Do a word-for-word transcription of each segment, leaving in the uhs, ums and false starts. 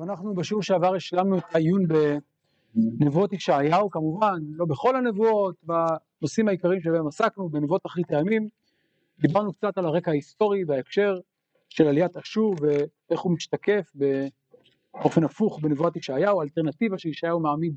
אנחנו בשיעור שעבר השלמנו את העיון בנבואות ישעיהו, כמובן, לא בכל הנבואות, בנושאים העיקריים שבהם עסקנו, בנבואות אחרית הימים, דיברנו קצת על הרקע ההיסטורי וההקשר של עליית אשור, ואיך הוא משתקף באופן הפוך בנבואת ישעיהו, האלטרנטיבה שישעיהו מעמיד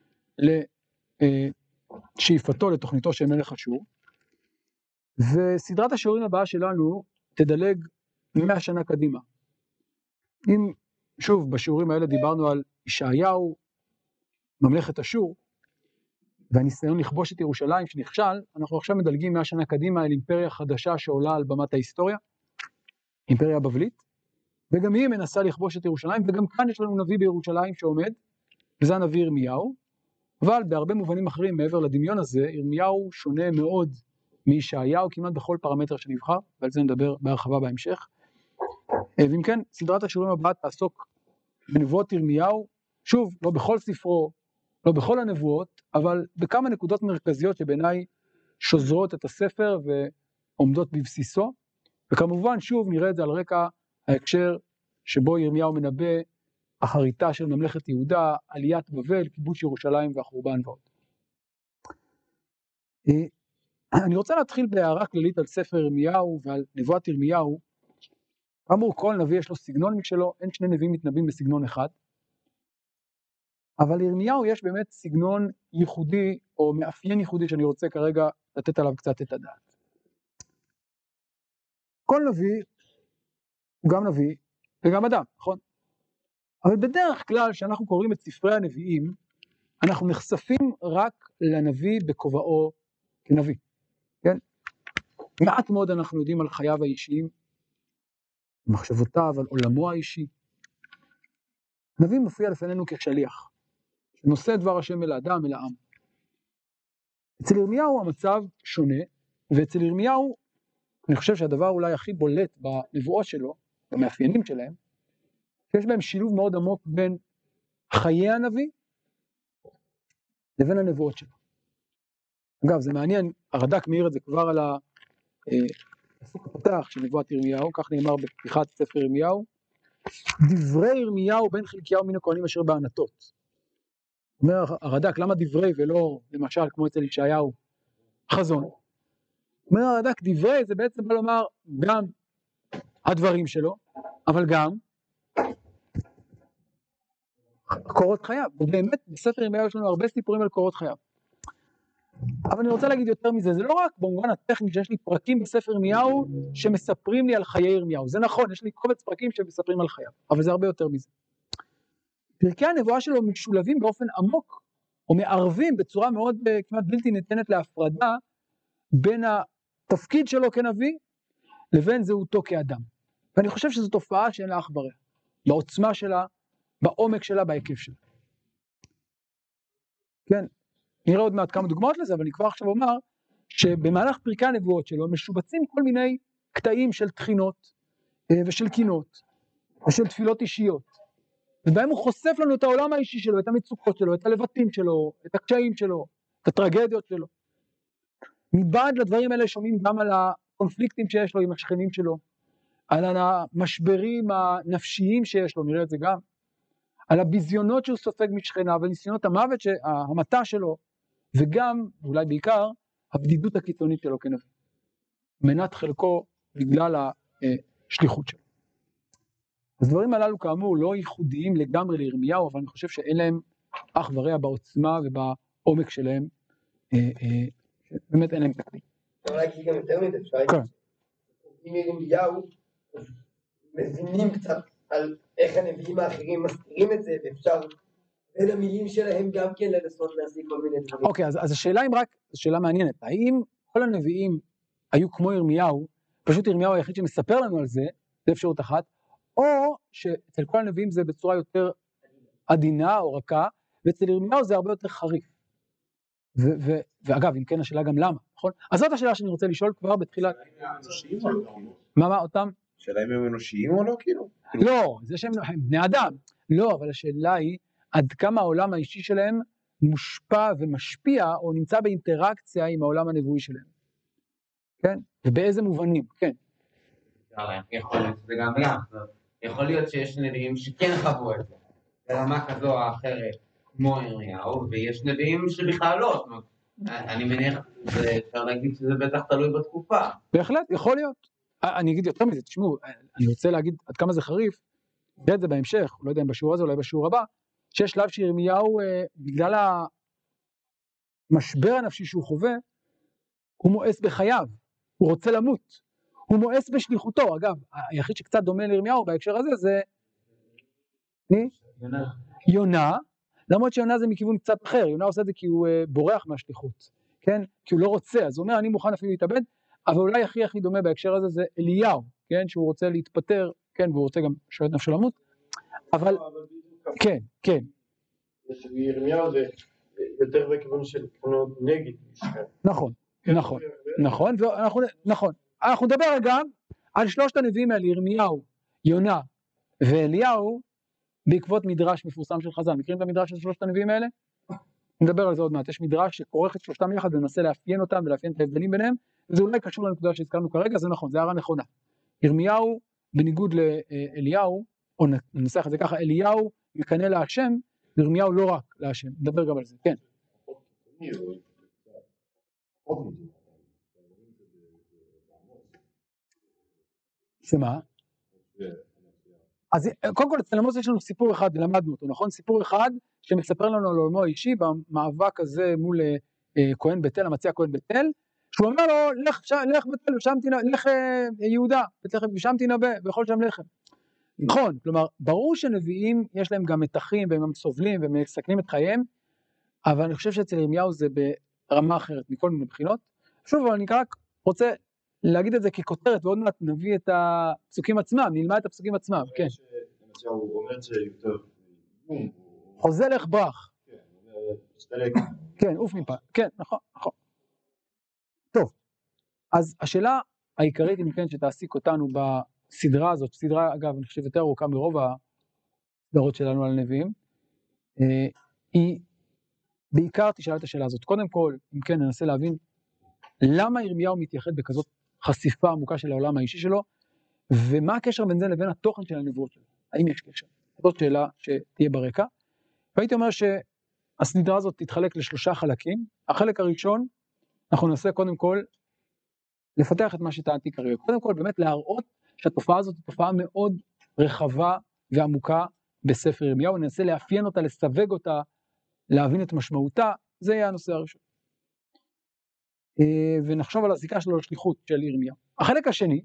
לשאיפתו, לתוכניתו של מלך אשור. וסדרת השיעורים הבאה שלנו תדלג מאה שנה קדימה. אם שוב בשיעורים האלה דיברנו על ישעיהו, ממלכת אשור, והניסיון לכבוש את ירושלים שנכשל, אנחנו עכשיו מדלגים מאה שנה קדימה אל אימפריה חדשה שעולה על במת ההיסטוריה, אימפריה בבלית, וגם היא מנסה לכבוש את ירושלים, וגם כאן יש לנו נביא בירושלים שעומד, וזה הנביא ירמיהו, אבל בהרבה מובנים אחרים מעבר לדמיון הזה, ירמיהו שונה מאוד מישעיהו כמעט בכל פרמטר שנבחר, ועל זה נדבר בהרחבה בהמשך. ואם כן, סדרת השיעורים הבאה תעסוק בנבואות ירמיהו, שוב, לא בכל ספרו, לא בכל הנבואות, אבל בכמה נקודות מרכזיות שבעיניי שוזרות את הספר ועומדות בבסיסו, וכמובן שוב נראה את זה על רקע ההקשר שבו ירמיהו מנבא אחריתה של ממלכת יהודה, עליית בבל, כיבוש ירושלים והחורבן ועוד. אני רוצה להתחיל בהערה כללית על ספר ירמיהו ועל נבואת ירמיהו. כאמור, כל נביא יש לו סגנון משלו, אין שני נביאים מתנבאים בסגנון אחד, אבל לירמיהו יש באמת סגנון ייחודי או מאפיין ייחודי שאני רוצה כרגע לתת עליו קצת את הדעת. כל נביא הוא גם נביא וגם אדם, נכון? אבל בדרך כלל כשאנחנו קוראים את ספרי הנביאים, אנחנו נחשפים רק לנביא בכובעו כנביא, כן? מעט מאוד אנחנו יודעים על חייו האישיים, מחשבותיו, על עולמו האישי. נביא מופיע לפנינו כשליח, שנושא דבר השם אל האדם, אל העם. אצל ירמיהו המצב שונה, ואצל ירמיהו, אני חושב שהדבר אולי הכי בולט בנבואות שלו, במאפיינים שלהם, שיש בהם שילוב מאוד עמוק בין חיי הנביא, לבין הנבואות שלו. אגב, זה מעניין, הרד"ק מעיר את זה כבר על הפסוק הפתח של נבואת ירמיהו, כך נאמר בפתיחת ספר ירמיהו, דברי ירמיהו בן חלקיהו מן הכהנים אשר בענתות. אומר הרד"ק, למה דברי ולא למשל כמו אצל ישעיהו חזון? אומר הרד"ק, דברי זה בעצם בא לומר גם הדברים שלו, אבל גם קורות חייו. ובאמת בספר ירמיהו יש לנו הרבה סיפורים על קורות חייו. אבל אני רוצה להגיד יותר מזה, זה לא רק במובן הטכני שיש לי פרקים בספר ירמיהו שמספרים לי על חיי ירמיהו. זה נכון, יש לי קובץ פרקים שמספרים על חייו, אבל זה הרבה יותר מזה. פרקי הנבואה שלו משולבים באופן עמוק, או מערבים בצורה מאוד כמעט בלתי ניתנת להפרדה, בין התפקיד שלו כנביא, לבין זהותו כאדם. ואני חושב שזו תופעה שאין לה אח ורע, בעוצמה שלה, בעומק שלה, בהיקף שלה. כן, נראה עוד מעט כמה דוגמאות לזה, אבל אני כבר עכשיו אומר, שבמהלך פרקי הנבואות שלו, משובצים כל מיני קטעים של תחינות, ושל קינות, ושל תפילות אישיות, ובהם הוא חושף לנו את העולם האישי שלו, את המצוקות שלו, את הלבטים שלו, את הקשיים שלו, את הטרגדיות שלו. מבעד לדברים האלה שומעים גם על הקונפליקטים שיש לו עם השכנים שלו, על המשברים הנפשיים שיש לו, נראה את זה גם, על הביזיונות שהוא סופג משכניו, וניסיונות המוות, המתה שלו, וגם, ואולי בעיקר, הבדידות הקיצונית שלו כנביא. מנת חלקו בגלל השליחות שלו. אז דברים הללו כאמור לא ייחודיים לגמרי לירמיהו, אבל אני חושב שאין להם אח ורע בעוצמה ובעומק שלהם, אה, אה, באמת אין להם תקדים. אפשר להגיד גם יותר מזה, אפשר להגיד, אם ירמיהו מבינים קצת על איך הנביאים האחרים מסתירים את זה, ואפשר בין המילים שלהם גם כן לנסות להשיג כל מיני דברים. אוקיי, אז, אז השאלה אם רק, שאלה מעניינת, האם כל הנביאים היו כמו ירמיהו, פשוט ירמיהו היחיד שמספר לנו על זה, זה אפשרות אחת, או שאצל כל הנביאים זה בצורה יותר עדינה או רכה, ואצל ירמיהו זה הרבה יותר חריף. ו- ו- ואגב, אם כן השאלה גם למה, נכון? אז זאת השאלה שאני רוצה לשאול כבר בתחילת... מה, מה, אותם? שאלה אם הם אנושיים או לא, כאילו? לא, זה שהם בני אדם. לא, אבל השאלה היא, עד כמה העולם האישי שלהם מושפע ומשפיע, או נמצא באינטראקציה עם העולם הנבואי שלהם. כן? ובאיזה מובנים, כן. יכול להיות, זה גם גם. יכול להיות שיש נביאים שכן חוו את זה. ברמה כזו או אחרת, כמו ירמיהו, ויש נביאים שבכלל לא, זאת אומרת, אני מניח, אפשר להגיד שזה בטח תלוי בתקופה. בהחלט, יכול להיות. אני אגיד יותר מזה, תשמעו, אני רוצה להגיד עד כמה זה חריף, נראה את זה בהמשך, לא יודע אם בשיעור הזה, אולי בשיעור הבא, שיש שלב שירמיהו, בגלל המשבר הנפשי שהוא חווה, הוא מואס בחייו, הוא רוצה למות, הוא מואס בשליחותו. אגב, היחיד שקצת דומה לירמיהו בהקשר הזה זה מי? יונה. יונה, למרות שיונה זה מכיוון קצת אחר, יונה עושה את זה כי הוא בורח מהשליחות, כן? כי הוא לא רוצה, אז הוא אומר אני מוכן אפילו להתאבד, אבל אולי הכי הכי דומה בהקשר הזה זה אליהו, כן? שהוא רוצה להתפטר, כן? והוא רוצה גם שואל את נפשו למות, אבל כן, כן. ירמיהו זה יותר בכיוון של תכונות נגד. נכון, נכון, נכון, ואנחנו, נכון. אנחנו נדבר גם על שלושת הנביאים האלה, ירמיהו, יונה ואליהו, בעקבות מדרש מפורסם של חז"ל. מכירים את המדרש של שלושת הנביאים האלה? נדבר על זה עוד מעט. יש מדרש שכורך את שלושתם יחד ומנסה לאפיין אותם ולאפיין את ההבדלים ביניהם, וזה אולי קשור לנקודה שהזכרנו כרגע, זה נכון, זה הערה נכונה. ירמיהו, בניגוד לאליהו, או ננסח את זה ככה, אליהו מקנא להשם, ירמיהו לא רק להשם. נדבר גם על זה, כן. שמה? אז קודם כל אצל עמוס יש לנו סיפור אחד, למדנו אותו, נכון? סיפור אחד שמספר לנו על עולמו האישי במאבק הזה מול אה, כהן בתל, המציע כהן בתל, שהוא אומר לו, לך, ש... לך בתל ושם תנבא, לך אה, יהודה, בתלכם ושם תנבא, ויכול שם לחם. נכון, כלומר, ברור שנביאים יש להם גם מתחים, והם סובלים ומסכנים את חייהם, אבל אני חושב שאצל ירמיהו זה ברמה אחרת, מכל מיני בחינות. שוב, אבל אני רק רוצה להגיד את זה ככותרת, ועוד מעט נביא את הפסוקים עצמם, נלמד את הפסוקים עצמם, כן. הוא אומר שיותר חוזה לך ברח. כן, אוף מפה, כן, נכון, נכון. טוב, אז השאלה העיקרית, אם כן, שתעסיק אותנו בסדרה הזאת, סדרה, אגב, אני חושב יותר ארוכה מרוב הסדרות שלנו על נביאים, היא בעיקר תשאל את השאלה הזאת. קודם כל, אם כן, ננסה להבין למה ירמיהו מתייחד בכזאת חשיפה עמוקה של העולם האישי שלו, ומה הקשר בין זה לבין התוכן של הנבואות שלו? האם יש קשר? זאת שאלה שתהיה ברקע. והייתי אומר שהסדרה הזאת תתחלק לשלושה חלקים. החלק הראשון, אנחנו ננסה קודם כל לפתח את מה שטענתי כרגע. קודם כל באמת להראות שהתופעה הזאת היא תופעה מאוד רחבה ועמוקה בספר ירמיהו, ננסה לאפיין אותה, לסווג אותה, להבין את משמעותה, זה יהיה הנושא הראשון. ונחשוב על הזיקה שלו לשליחות של ירמיהו. החלק השני,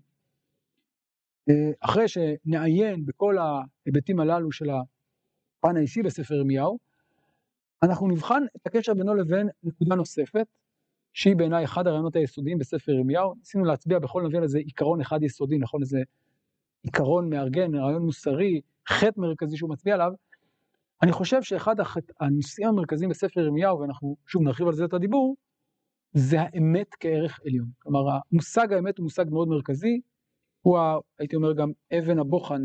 אחרי שנעיין בכל ההיבטים הללו של הפן האישי בספר ירמיהו, אנחנו נבחן את הקשר בינו לבין נקודה נוספת, שהיא בעיניי אחד הרעיונות היסודיים בספר ירמיהו. ניסינו להצביע בכל נביא לזה עיקרון אחד יסודי, נכון? איזה עיקרון מארגן, רעיון מוסרי, חטא מרכזי שהוא מצביע עליו. אני חושב שאחד הנושאים המרכזיים בספר ירמיהו, ואנחנו שוב נרחיב על זה את הדיבור, זה האמת כערך עליון. כלומר, המושג האמת הוא מושג מאוד מרכזי, הוא, הייתי אומר, גם אבן הבוחן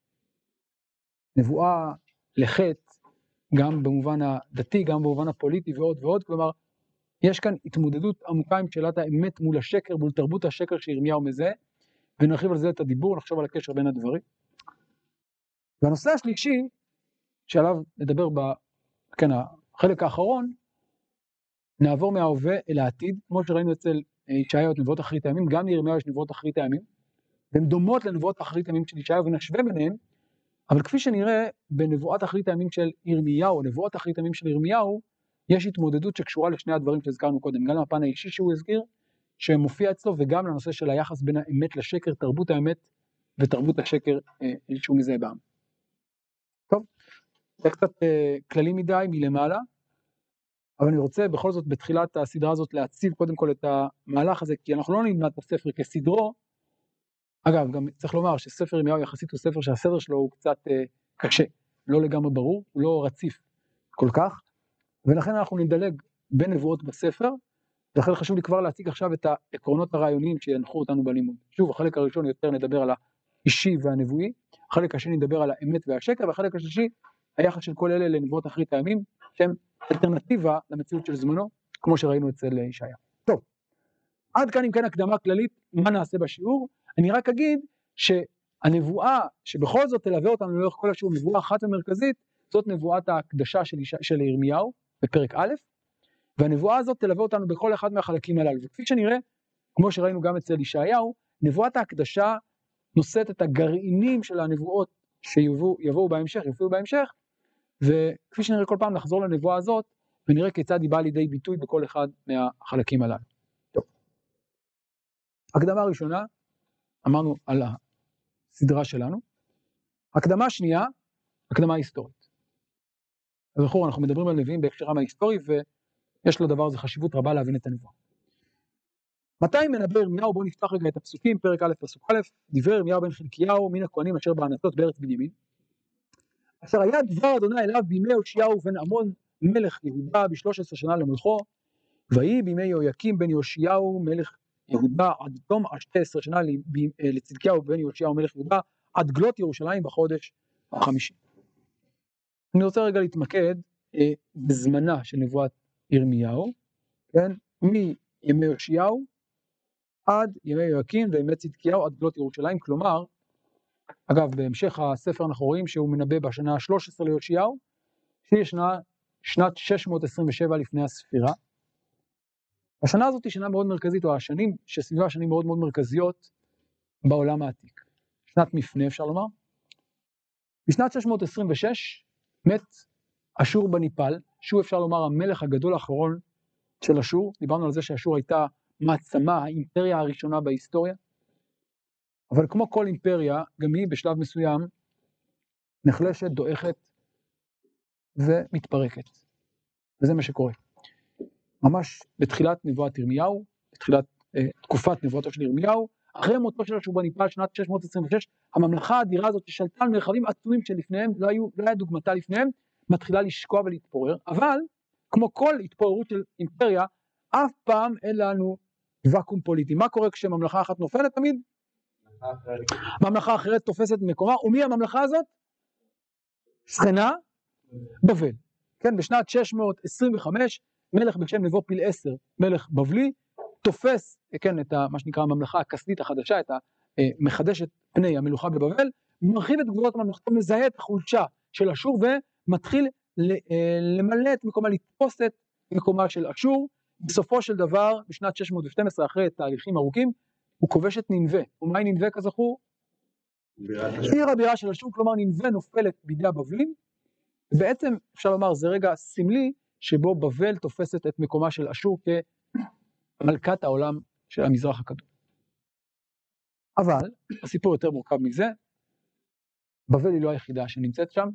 לנבואה, לחטא, גם במובן הדתי, גם במובן הפוליטי ועוד ועוד. כלומר, יש כאן התמודדות עמוקה עם שאלת האמת מול השקר, מול תרבות השקר שירמיהו מזהה, ונרחיב על זה את הדיבור, נחשוב על הקשר בין הדברים. והנושא השלישי, שעליו נדבר ב, כן, החלק האחרון, נעבור מההווה אל העתיד, כמו שראינו אצל ישעיהו את נבואות אחרית הימים, גם לירמיהו יש נבואות אחרית הימים, והן דומות לנבואות אחרית הימים של ישעיהו, ונשווה ביניהן, אבל כפי שנראה בנבואות אחרית הימים של ירמיהו, או נבואות אחרית הימים של ירמיהו, יש התמודדות שקשורה לשני הדברים שהזכרנו קודם, גם לפן האישי שהוא הזכיר, שמופיע אצלו, וגם לנושא של היחס בין האמת לשקר, תרבות האמת ותרבות השקר אה, שהוא מזהה בעם. טוב, זה קצת אה, כללי מדי מלמעלה, אבל אני רוצה בכל זאת בתחילת הסדרה הזאת להציב קודם כל את המהלך הזה, כי אנחנו לא נלמד את הספר כסדרו. אגב, גם צריך לומר שספר ירמיהו יחסית הוא ספר שהסדר שלו הוא קצת אה, קשה, לא לגמרי ברור, הוא לא רציף כל כך, ולכן אנחנו נדלג בין נבואות בספר, ולכן חשוב לי כבר להציג עכשיו את העקרונות הרעיוניים שינחו אותנו בלימוד. שוב, החלק הראשון יותר נדבר על האישי והנבואי, החלק השני נדבר על האמת והשקר, והחלק השלישי, היחס של כל אלה לנבואות אחרית הימים, שהם אלטרנטיבה למציאות של זמנו, כמו שראינו אצל ישעיה. טוב, עד כאן אם כן הקדמה כללית, מה נעשה בשיעור? אני רק אגיד שהנבואה, שבכל זאת תלווה אותנו לאורך כל השיעור, נבואה אחת ומרכזית, זאת נבואת ההקדשה של, של ירמיהו בפרק א', והנבואה הזאת תלווה אותנו בכל אחד מהחלקים הללו. וכפי שנראה, כמו שראינו גם אצל ישעיהו, נבואת ההקדשה נושאת את הגרעינים של הנבואות שיבואו בהמשך, יופיעו בהמשך, וכפי שנראה כל פעם נחזור לנבואה הזאת, ונראה כיצד היא באה לידי ביטוי בכל אחד מהחלקים הללו. טוב. הקדמה ראשונה, אמרנו על הסדרה שלנו. הקדמה שנייה, הקדמה היסטורית. אז זכור, אנחנו מדברים על נביאים בהקשרם ההיסטורי, ויש לדבר הזה חשיבות רבה להבין את הנבואה. מתי מנבא ירמיהו? בואו נפתח רגע את הפסוקים, פרק א' פסוק א', דיבר ירמיהו בן חלקיהו מן הכהנים אשר בענתות בארץ בנימין. אשר היה דבר אדוני אליו בימי יאשיהו בן עמון מלך יהודה בשלוש עשרה שנה למלכו, ויהי בימי יהויקים בן יאשיהו מלך יהודה עד תום שתי עשרה שנה לצדקיהו בן יאשיהו מלך יהודה עד גלות ירושלים בחודש החמישי. אני רוצה רגע להתמקד אה, בזמנה של נבואת ירמיהו, כן? מימי יאשיהו עד ימי יהויקים וימי צדקיהו עד גלות ירושלים, כלומר, אגב, בהמשך הספר אנחנו רואים שהוא מנבא בשנה ה-שלוש עשרה ליאשיהו, שהיא שנה, שנת שש מאות עשרים ושבע לפני הספירה. השנה הזאת היא שנה מאוד מרכזית, או השנים שסביבה שנים מאוד מאוד מרכזיות בעולם העתיק. שנת מפנה אפשר לומר. בשנת שש מאות עשרים ושש מת אשור בניפל, שהוא אפשר לומר המלך הגדול האחרון של אשור. דיברנו על זה שאשור הייתה מעצמה, האימפריה הראשונה בהיסטוריה. אבל כמו כל אימפריה, גם היא בשלב מסוים נחלשת, דועכת ומתפרקת. וזה מה שקורה. ממש בתחילת נבואת ירמיהו, בתחילת אה, תקופת נבואתו של ירמיהו, אחרי מותו של אשור בניפל, שנת שש מאות עשרים ושש, הממלכה האדירה הזאת ששלטה על מרחבים עצומים שלפניהם, לא, היו, לא היה דוגמתה לפניהם, מתחילה לשקוע ולהתפורר, אבל כמו כל התפוררות של אימפריה, אף פעם אין לנו וקום פוליטי. מה קורה כשממלכה אחת נופלת תמיד? ממלכה אחרת תופסת מקומה, ומי הממלכה הזאת? שכנה, בבל. כן, בשנת שש מאות עשרים וחמש, מלך בשם נבו פילעשר, מלך בבלי, תופס, כן, את ה, מה שנקרא הממלכה הכסדית החדשה, את המחדשת פני המלוכה בבבל, מרחיב את גבולות הממלכה, מזהה את החולשה של אשור, ומתחיל למלא את מקומה, לתפוס את מקומה של אשור. בסופו של דבר, בשנת שש מאות ושתים עשרה, אחרי תהליכים ארוכים, הוא כובש את נינווה. ומהי נינווה כזכור? עיר הבירה של אשור, כלומר נינווה נופלת בידי הבבלים, ובעצם אפשר לומר זה רגע סמלי שבו בבל תופסת את מקומה של אשור כמלכת העולם של המזרח הקדום. אבל הסיפור יותר מורכב מזה, בבל היא לא היחידה שנמצאת שם,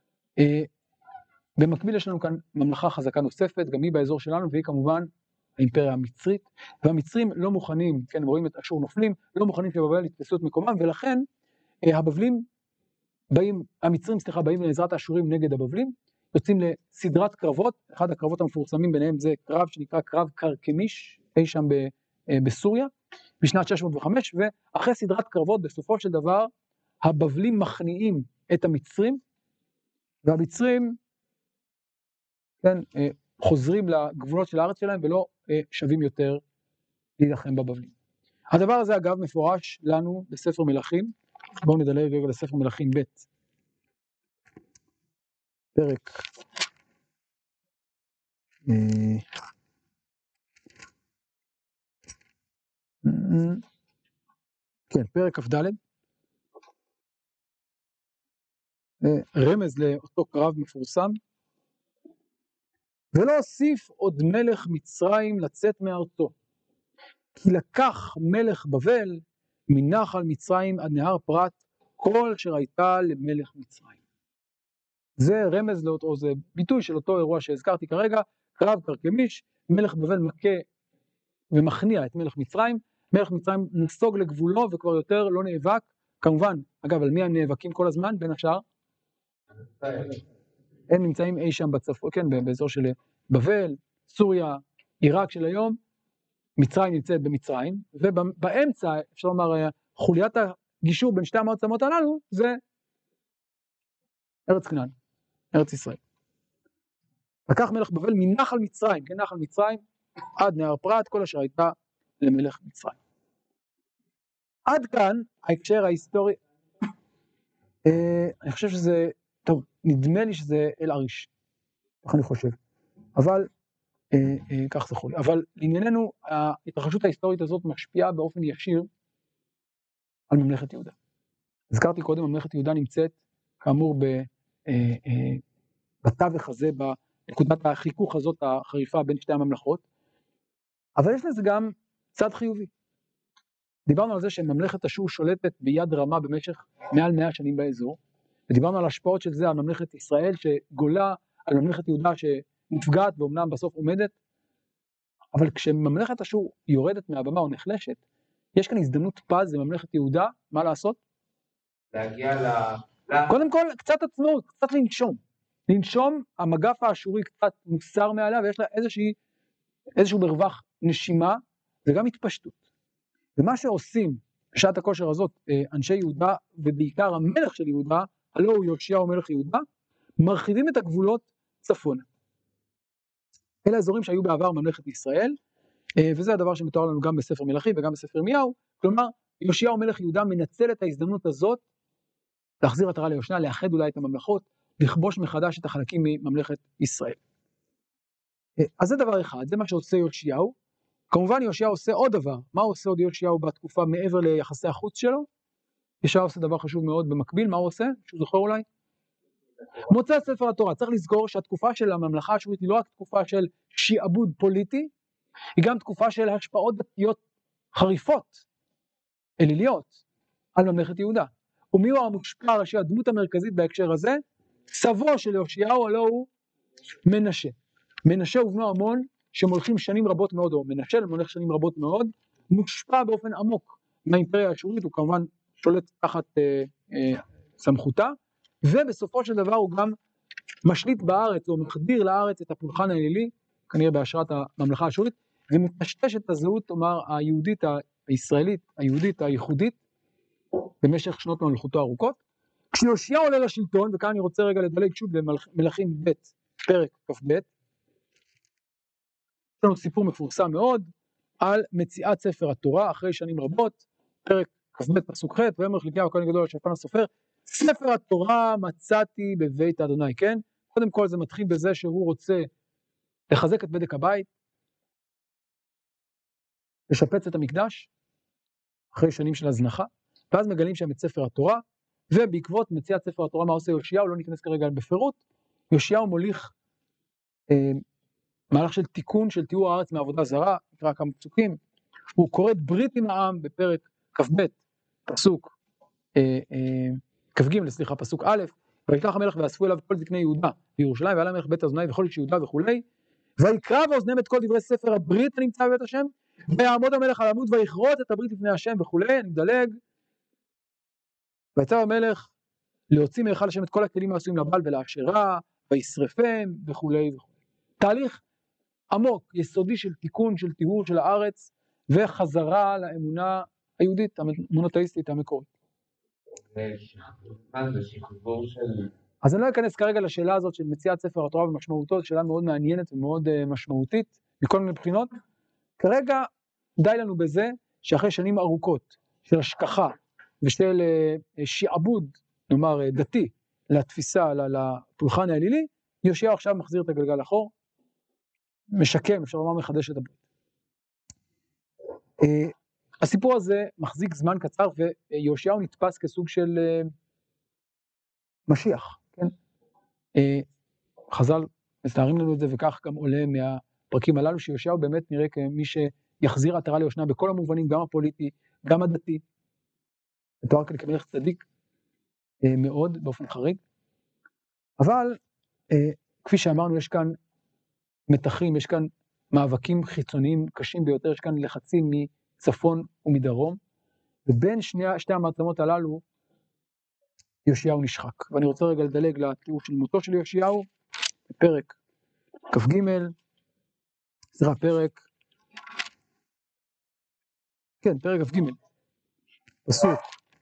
במקביל יש לנו כאן ממלכה חזקה נוספת, גם היא באזור שלנו, והיא כמובן האימפריה המצרית, והמצרים לא מוכנים, כן, הם רואים את אשור נופלים, לא מוכנים שבבל יתפסו את מקומם, ולכן הבבלים באים, המצרים, סליחה, באים לעזרת האשורים נגד הבבלים, יוצאים לסדרת קרבות, אחד הקרבות המפורסמים ביניהם זה קרב שנקרא קרב קרקמיש, אי שם בסוריה, בשנת שש מאות וחמש, ואחרי סדרת קרבות, בסופו של דבר, הבבלים מכניעים את המצרים, והמצרים, כן, חוזרים לגבולות של הארץ שלהם, ולא שווים יותר להילחם בבבלים. הדבר הזה, אגב, מפורש לנו בספר מלכים, בואו נדלג רגע לספר מלכים ב' פרק כן, פרק כ"ד, רמז לאותו קרב מפורסם. ולא הוסיף עוד מלך מצרים לצאת מארצו, כי לקח מלך בבל מנחל מצרים עד נהר פרת כל אשר הייתה למלך מצרים. זה רמז לאותו, או זה ביטוי של אותו אירוע שהזכרתי כרגע, קרב קרקמיש, מלך בבל מכה ומכניע את מלך מצרים, מלך מצרים נסוג לגבולו וכבר יותר לא נאבק, כמובן, אגב, על מי הם נאבקים כל הזמן בין השאר? הם נמצאים אי שם בצפון, כן, באזור של בבל, סוריה, עיראק של היום, מצרים נמצאת במצרים, ובאמצע, אפשר לומר, חוליית הגישור בין שתי המעצמות הללו, זה ארץ כנען, ארץ ישראל. לקח מלך בבל מנחל מצרים, כן, נחל מצרים, עד נהר פרת, כל אשר הייתה למלך מצרים. עד כאן, ההקשר ההיסטורי, אני חושב שזה טוב, נדמה לי שזה אל עריש, איך אני חושב, אבל, אה, אה, כך זכור לי, אבל לענייננו, ההתרחשות ההיסטורית הזאת משפיעה באופן ישיר על ממלכת יהודה. הזכרתי קודם, ממלכת יהודה נמצאת, כאמור, ב, אה, אה, בתווך הזה, בנקודת החיכוך הזאת החריפה בין שתי הממלכות, אבל יש לזה גם צד חיובי. דיברנו על זה שממלכת אשור שולטת ביד רמה במשך מעל מאה שנים באזור, ודיברנו על השפעות של זה על ממלכת ישראל שגולה על ממלכת יהודה שנפגעת ואומנם בסוף עומדת, אבל כשממלכת אשור יורדת מהבמה או נחלשת, יש כאן הזדמנות פז לממלכת יהודה, מה לעשות? להגיע ל... קודם כל, קצת עצמאות, קצת לנשום. לנשום, המגף האשורי קצת מוסר מעליה, ויש לה איזושהי, איזשהו מרווח נשימה, וגם התפשטות. ומה שעושים בשעת הכושר הזאת, אנשי יהודה, ובעיקר המלך של יהודה, הלא הוא יאשיהו מלך יהודה, מרחיבים את הגבולות צפונה. אלה האזורים שהיו בעבר ממלכת ישראל, וזה הדבר שמתואר לנו גם בספר מלכים וגם בספר ירמיהו, כלומר, יאשיהו מלך יהודה מנצל את ההזדמנות הזאת, להחזיר עטרה ליושנה, לאחד אולי את הממלכות, לכבוש מחדש את החלקים מממלכת ישראל. אז זה דבר אחד, זה מה שעושה יאשיהו. כמובן יאשיהו עושה עוד דבר. מה עושה עוד יאשיהו בתקופה מעבר ליחסי החוץ שלו? יאשיהו עושה דבר חשוב מאוד במקביל, מה הוא עושה? שהוא זוכר אולי? מוצא ספר התורה. צריך לזכור שהתקופה של הממלכה האשורית היא לא רק תקופה של שיעבוד פוליטי, היא גם תקופה של השפעות דתיות חריפות, אליליות, על ממלכת יהודה. ומי הוא המושפע הראשי, הדמות המרכזית בהקשר הזה? סבו של יאשיהו, הלא הוא מנשה. מנשה ובנו עמון, שמולכים שנים רבות מאוד, או מנשה למולך שנים רבות מאוד, מושפע באופן עמוק מהאימפריה האשורית, הוא כמובן שולט תחת אה, אה, סמכותה, ובסופו של דבר הוא גם משליט בארץ, או מחדיר לארץ את הפולחן האלילי, כנראה בהשראת הממלכה האשורית, ומטשטש את הזהות, אומר, היהודית, הישראלית, היהודית, הייחודית, במשך שנות ממלכותו ארוכות. כשיאשיהו עולה לשלטון, וכאן אני רוצה רגע לדלג שוב במלכים ב' פרק כ"ב, יש לנו סיפור מפורסם מאוד, על מציאת ספר התורה, אחרי שנים רבות, פרק כ"ב פסוק ח', ויאמר חלקיהו הכהן הגדול שפן הסופר, ספר התורה מצאתי בבית אדוני, כן? קודם כל זה מתחיל בזה שהוא רוצה לחזק את בדק הבית, לשפץ את המקדש, אחרי שנים של הזנחה, ואז מגלים שם את ספר התורה, ובעקבות מציאת ספר התורה מה עושה יאשיהו, לא ניכנס כרגע בפירוט, יאשיהו מוליך אה, מהלך של תיקון של תיאור הארץ מעבודה זרה, נקרא כמה פסוקים, הוא קורא ברית עם העם בפרק כ"ב, פסוק אה, אה, כ"ג, סליחה, פסוק א', ויקח המלך ואספו אליו כל זקני יהודה בירושלים, ועלה המלך בית אדוני וכל איש יהודה וכולי, ויקרא באוזניהם את כל דברי ספר הברית הנמצא בבית השם, ויעמוד המלך על עמוד ויכרות את הברית לפני השם וכולי, אני מדלג, ויצא המלך להוציא מהיכל השם את כל הכלים העשויים לבעל ולאשרה, וישרפם וכולי וכולי. תהליך עמוק, יסודי של תיקון, של טיהור של הארץ, וחזרה לאמונה היהודית, המונותאיסטית המקורית. מה זה שחזור של... אז אני לא אכנס כרגע לשאלה הזאת של מציאת ספר התורה ומשמעותו, זו שאלה מאוד מעניינת ומאוד uh, משמעותית, מכל מיני בחינות. כרגע די לנו בזה שאחרי שנים ארוכות של השכחה ושל uh, שיעבוד, נאמר uh, דתי, לתפיסה, לפולחן האלילי, יאשיהו עכשיו מחזיר את הגלגל אחור, משקם, אפשר לומר מחדש את הברית. Uh, הסיפור הזה מחזיק זמן קצר, ויאשיהו נתפס כסוג של uh, משיח, כן? Uh, חז"ל מתארים לנו את זה, וכך גם עולה מהפרקים הללו, שיאשיהו באמת נראה כמי שיחזיר עטרה ליושנה בכל המובנים, גם הפוליטי, גם הדתי, מתואר כאן כמלך צדיק uh, מאוד, באופן חריג, אבל uh, כפי שאמרנו, יש כאן מתחים, יש כאן מאבקים חיצוניים קשים ביותר, יש כאן לחצים מצפון ומדרום, ובין שני, שתי המעצמות הללו, יאשיהו נשחק. ואני רוצה רגע לדלג לתיאור של מותו של יאשיהו, בפרק כ"ג, זה הפרק, כן, פרק כ"ג, פסוק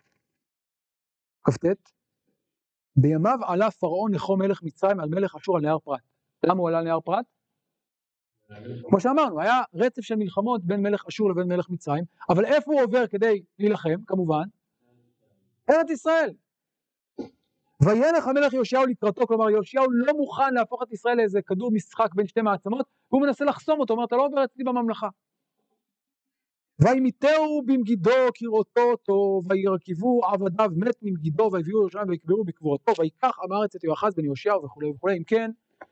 כ"ט, בימיו עלה פרעון נחו מלך מצרים על מלך אשור על נהר פרת. למה הוא עלה על נהר פרת? כמו שאמרנו, היה רצף של מלחמות בין מלך אשור לבין מלך מצרים, אבל איפה הוא עובר כדי להילחם, כמובן? ארץ ישראל. וילך המלך יאשיהו לקראתו, כלומר יאשיהו לא מוכן להפוך את ישראל לאיזה כדור משחק בין שתי מעצמות, והוא מנסה לחסום אותו, אומר, אתה לא עובר אצלי בממלכה. וימיתהו במגידו כראותו אותו, וירכבו עבדיו מת ממגידו, ויביאו ירושלים ויקברו בקבורתו, ויקח עם הארץ את יואחז בן יאשיהו וכו' וכו'. אם כן,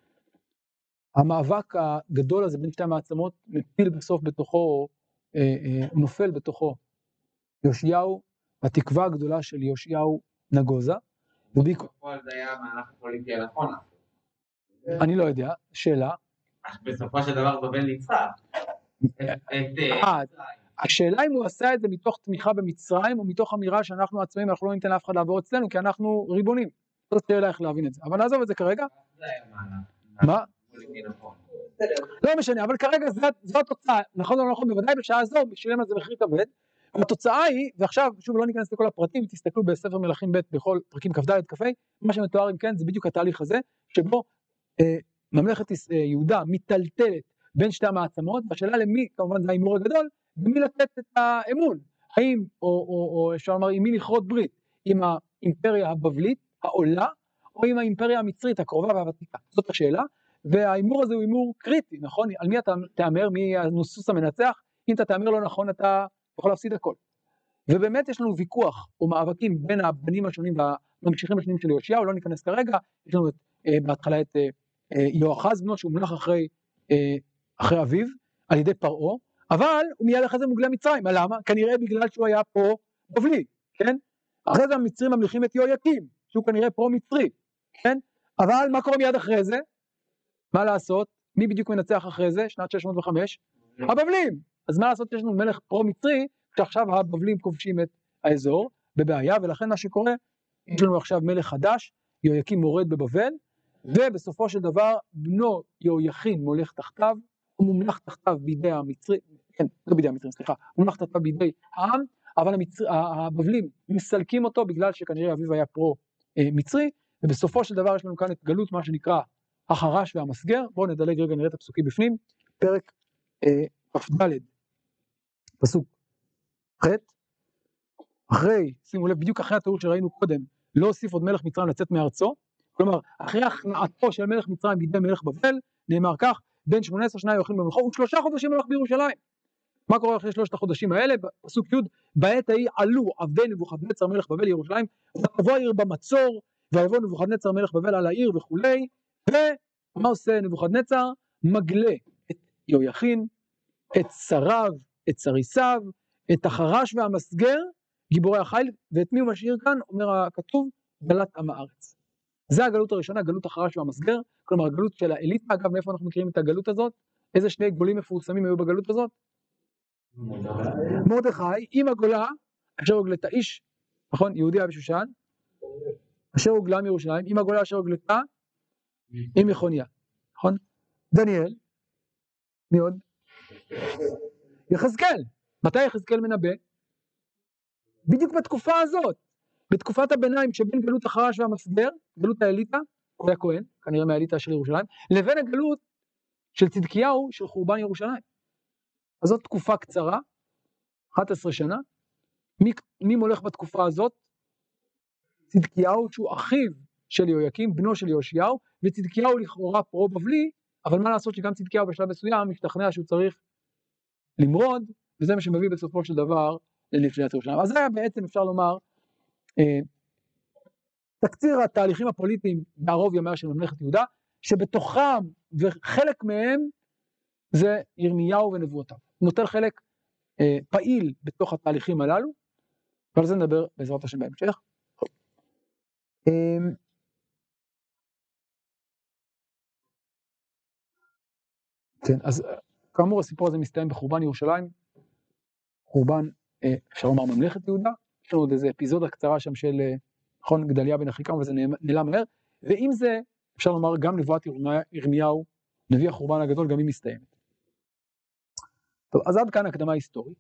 המאבק הגדול הזה בין שתי המעצמות מפיל בסוף בתוכו, אה, אה, נופל בתוכו יאשיהו, התקווה הגדולה של יאשיהו נגוזה. בפועל זה היה המהלך הפוליטי הנכון. אני לא יודע, שאלה. בסופו של דבר בבל ניצחה. השאלה אם הוא עשה את זה מתוך תמיכה במצרים, או מתוך אמירה שאנחנו עצמאים, אנחנו לא ניתן לאף אחד לעבור אצלנו, כי אנחנו ריבונים. זאת שאלה איך להבין את זה. אבל נעזוב את זה כרגע. זה היה מהלך. מה? לא משנה, אבל כרגע זו התוצאה. נכון או לא נכון, בוודאי בשעה הזו, בשילם על זה מחיר כבד. התוצאה היא, ועכשיו, שוב, לא ניכנס לכל הפרטים, תסתכלו בספר מלכים ב' בכל פרקים כ"ד כ"ה, מה שמתואר אם כן, זה בדיוק התהליך הזה, שבו אה, ממלכת אה, יהודה מיטלטלת בין שתי המעצמות, והשאלה למי, כמובן זה ההימור הגדול, במי לתת את האמון, האם, או, או, או אפשר לומר, עם מי לכרות ברית, עם האימפריה הבבלית, העולה, או עם האימפריה המצרית, הקרובה והוותיקה, זאת השאלה, וההימור הזה הוא הימור קריטי, נכון? על מי אתה תאמר, מי הנוסוס המנצח, אם אתה תאמר לא נכון, אתה יכול להפסיד הכל. ובאמת יש לנו ויכוח או מאבקים בין הבנים השונים והממשיכים השונים של יאשיהו, לא ניכנס כרגע, יש לנו את, אה, בהתחלה את אה, אה, יואחז בנו שהוא מולך אחרי, אה, אחרי אביו, על ידי פרעה, אבל הוא מיד אחרי זה מוגלה מצרים, למה? כנראה בגלל שהוא היה פה בבלי, כן? אחרי זה המצרים ממליכים את יהויקים, שהוא כנראה פרו מצרי, כן? אבל מה קורה מיד אחרי זה? מה לעשות? מי בדיוק מנצח אחרי זה? שנת שש מאות וחמש? הבבלים! אז מה לעשות? יש לנו מלך פרו מצרי, שעכשיו הבבלים כובשים את האזור בבעיה, ולכן מה שקורה, יש לנו עכשיו מלך חדש, יהויקים מורד בבבל, ובסופו של דבר בנו יהויכין מולך תחתיו, הוא מומלך תחתיו בידי המצרי, כן, לא בידי המצרים, סליחה, הוא מומלך תחתיו בידי העם, אבל המצרי, הבבלים מסלקים אותו בגלל שכנראה אביו היה פרו אה, מצרי, ובסופו של דבר יש לנו כאן את גלות מה שנקרא החרש והמסגר. בואו נדלג רגע נראה את הפסוקים בפנים, פרק אה, כ"ד, פסוק ח', אחרי, שימו לב, בדיוק אחרי התיאור שראינו קודם, לא הוסיף עוד מלך מצרים לצאת מארצו, כלומר, אחרי הכנעתו של מלך מצרים בידי מלך בבל, נאמר כך, בין שמונה עשרה שנה יאכלו במלכו, ושלושה חודשים מלך בירושלים. מה קורה אחרי שלושת החודשים האלה? פסוק י', בעת ההיא עלו עבדי נבוכדנצר מלך בבל לירושלים, ותבוא העיר במצור, ויבוא נבוכדנצר מלך בבל על העיר וכולי, ומה עושה נבוכדנצר? מגלה את יהויכין, את שריו, את שריסיו, את החרש והמסגר, גיבורי החיל, ואת מי הוא משאיר כאן? אומר הכתוב, גלת עם הארץ. זה הגלות הראשונה, גלות החרש והמסגר, כלומר הגלות של האליטה. אגב, מאיפה אנחנו מכירים את הגלות הזאת? איזה שני גולים מפורסמים היו בגלות הזאת? מרדכי, עם הגולה, אשר הוגלתה איש, נכון? יהודי היה בשושן, אשר הוגלה מירושלים, עם הגולה אשר הוגלתה, עם יחוניה, נכון? דניאל, מי עוד? יחזקאל. מתי יחזקאל מנבא? בדיוק בתקופה הזאת, בתקופת הביניים שבין גלות החרש והמסגר, גלות האליטה, הוא היה כהן, כנראה מהאליטה של ירושלים, לבין הגלות של צדקיהו של חורבן ירושלים. אז זאת תקופה קצרה, אחת עשרה שנה. מי, מי מולך בתקופה הזאת? צדקיהו שהוא אחיו של יהויקים, בנו של יאשיהו, וצדקיהו לכאורה פרו בבלי, אבל מה לעשות שגם צדקיהו בשלב מסוים משתכנע שהוא צריך למרוד, וזה מה שמביא בסופו של דבר לנפילת ירושלים. אז זה היה בעצם, אפשר לומר, אה, תקציר התהליכים הפוליטיים בערוב ימיה של ממלכת יהודה, שבתוכם וחלק מהם זה ירמיהו ונבואותיו. הוא נוטל חלק אה, פעיל בתוך התהליכים הללו, ועל זה נדבר בעזרת השם בהמשך. אה, כן, אז כאמור הסיפור הזה מסתיים בחורבן ירושלים, חורבן, אה, אפשר לומר ממלכת יהודה, יש לנו עוד איזה אפיזודה קצרה שם של נכון גדליה בן אחיקם, וזה נעלם מהר, ועם זה אפשר לומר גם נבואת ירמיהו, נביא החורבן הגדול, גם היא מסתיימת. טוב, אז עד כאן הקדמה היסטורית,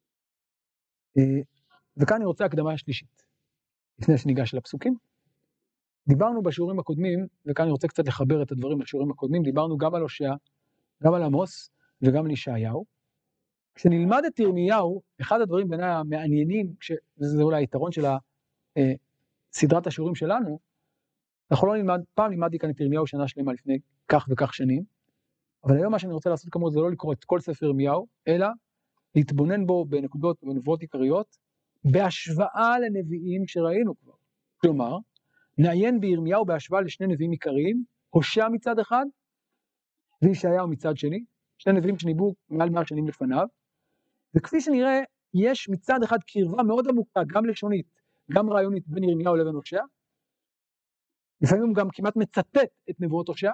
וכאן אני רוצה הקדמה השלישית, לפני שניגש לפסוקים. דיברנו בשיעורים הקודמים, וכאן אני רוצה קצת לחבר את הדברים לשיעורים הקודמים, דיברנו גם על הושע, גם על עמוס, וגם על ישעיהו. כשנלמד את ירמיהו, אחד הדברים בעיניי המעניינים, וזה אולי היתרון של סדרת השיעורים שלנו, אנחנו לא נלמד, פעם לימדתי כאן את ירמיהו שנה שלמה לפני כך וכך שנים, אבל היום מה שאני רוצה לעשות כמובן זה לא לקרוא את כל ספר ירמיהו, אלא להתבונן בו בנקודות ובנבואות עיקריות, בהשוואה לנביאים שראינו כבר. כלומר, נעיין בירמיהו בהשוואה לשני נביאים עיקריים, הושע מצד אחד, וישעיהו מצד שני, שני נביאים שניבאו מעל מאה שנים לפניו, וכפי שנראה, יש מצד אחד קרבה מאוד עמוקה, גם לשונית, גם רעיונית בין ירמיהו לבין הושע, לפעמים הוא גם כמעט מצטט את נבואות הושע,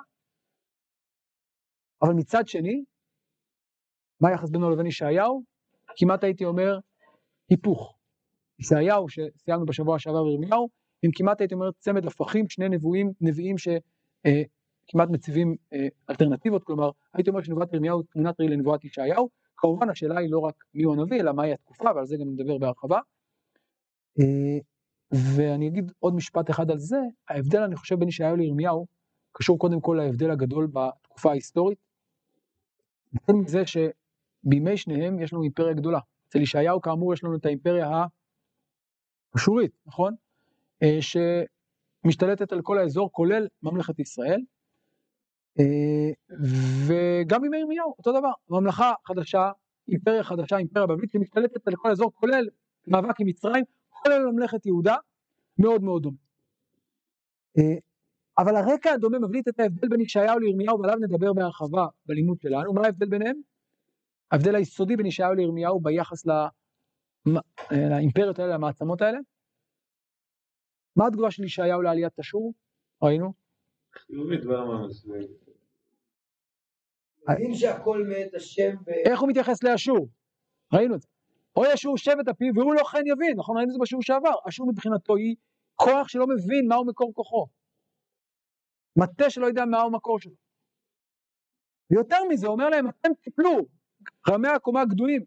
אבל מצד שני, מה היחס בינו לבין ישעיהו? כמעט הייתי אומר, היפוך. ישעיהו שסיימנו בשבוע שעבר וירמיהו, הם כמעט הייתי אומר צמד הפכים, שני נבואים, נביאים שכמעט מציבים אה, אלטרנטיבות, כלומר, הייתי אומר שנבואת ירמיהו תמונת ראי לנבואת ישעיהו, כמובן השאלה היא לא רק מי הוא הנביא, אלא מהי התקופה, ועל זה גם נדבר בהרחבה. אה, ואני אגיד עוד משפט אחד על זה, ההבדל אני חושב בין ישעיהו לירמיהו, קשור קודם כל להבדל הגדול בתקופה ההיסטורית, נתן מזה שבימי שניהם יש לנו אימפריה גדולה, אצל ישעיהו כאמור יש לנו את האימפריה האשורית, נכון? שמשתלטת על כל האזור, כולל ממלכת ישראל, וגם בימי ירמיהו, אותו דבר, ממלכה חדשה, אימפריה חדשה, אימפריה בבלית, שמשתלטת על כל האזור, כולל מאבק עם מצרים, כולל ממלכת יהודה, מאוד מאוד דומה. אבל הרקע הדומה מבליט את ההבדל בין ישעיהו לירמיהו, ועליו נדבר בהרחבה בלימוד שלנו. מה ההבדל ביניהם? ההבדל היסודי בין ישעיהו לירמיהו ביחס לאימפריות האלה, למעצמות האלה. מה התגובה של ישעיהו לעליית אשור? ראינו? חיובית ברמה מסוימת. מבין שהכל מאת השם ב... איך הוא מתייחס לאשור? ראינו את זה. אוי אשור שבט אפיו והוא לא כן יבין, נכון? ראינו את זה בשיעור שעבר. אשור מבחינתו היא כוח שלא מבין מהו מקור כוחו. מטה שלא יודע מהו מקור שלו. ויותר מזה, אומר להם, אתם טיפלו, רמי הקומה הגדולים.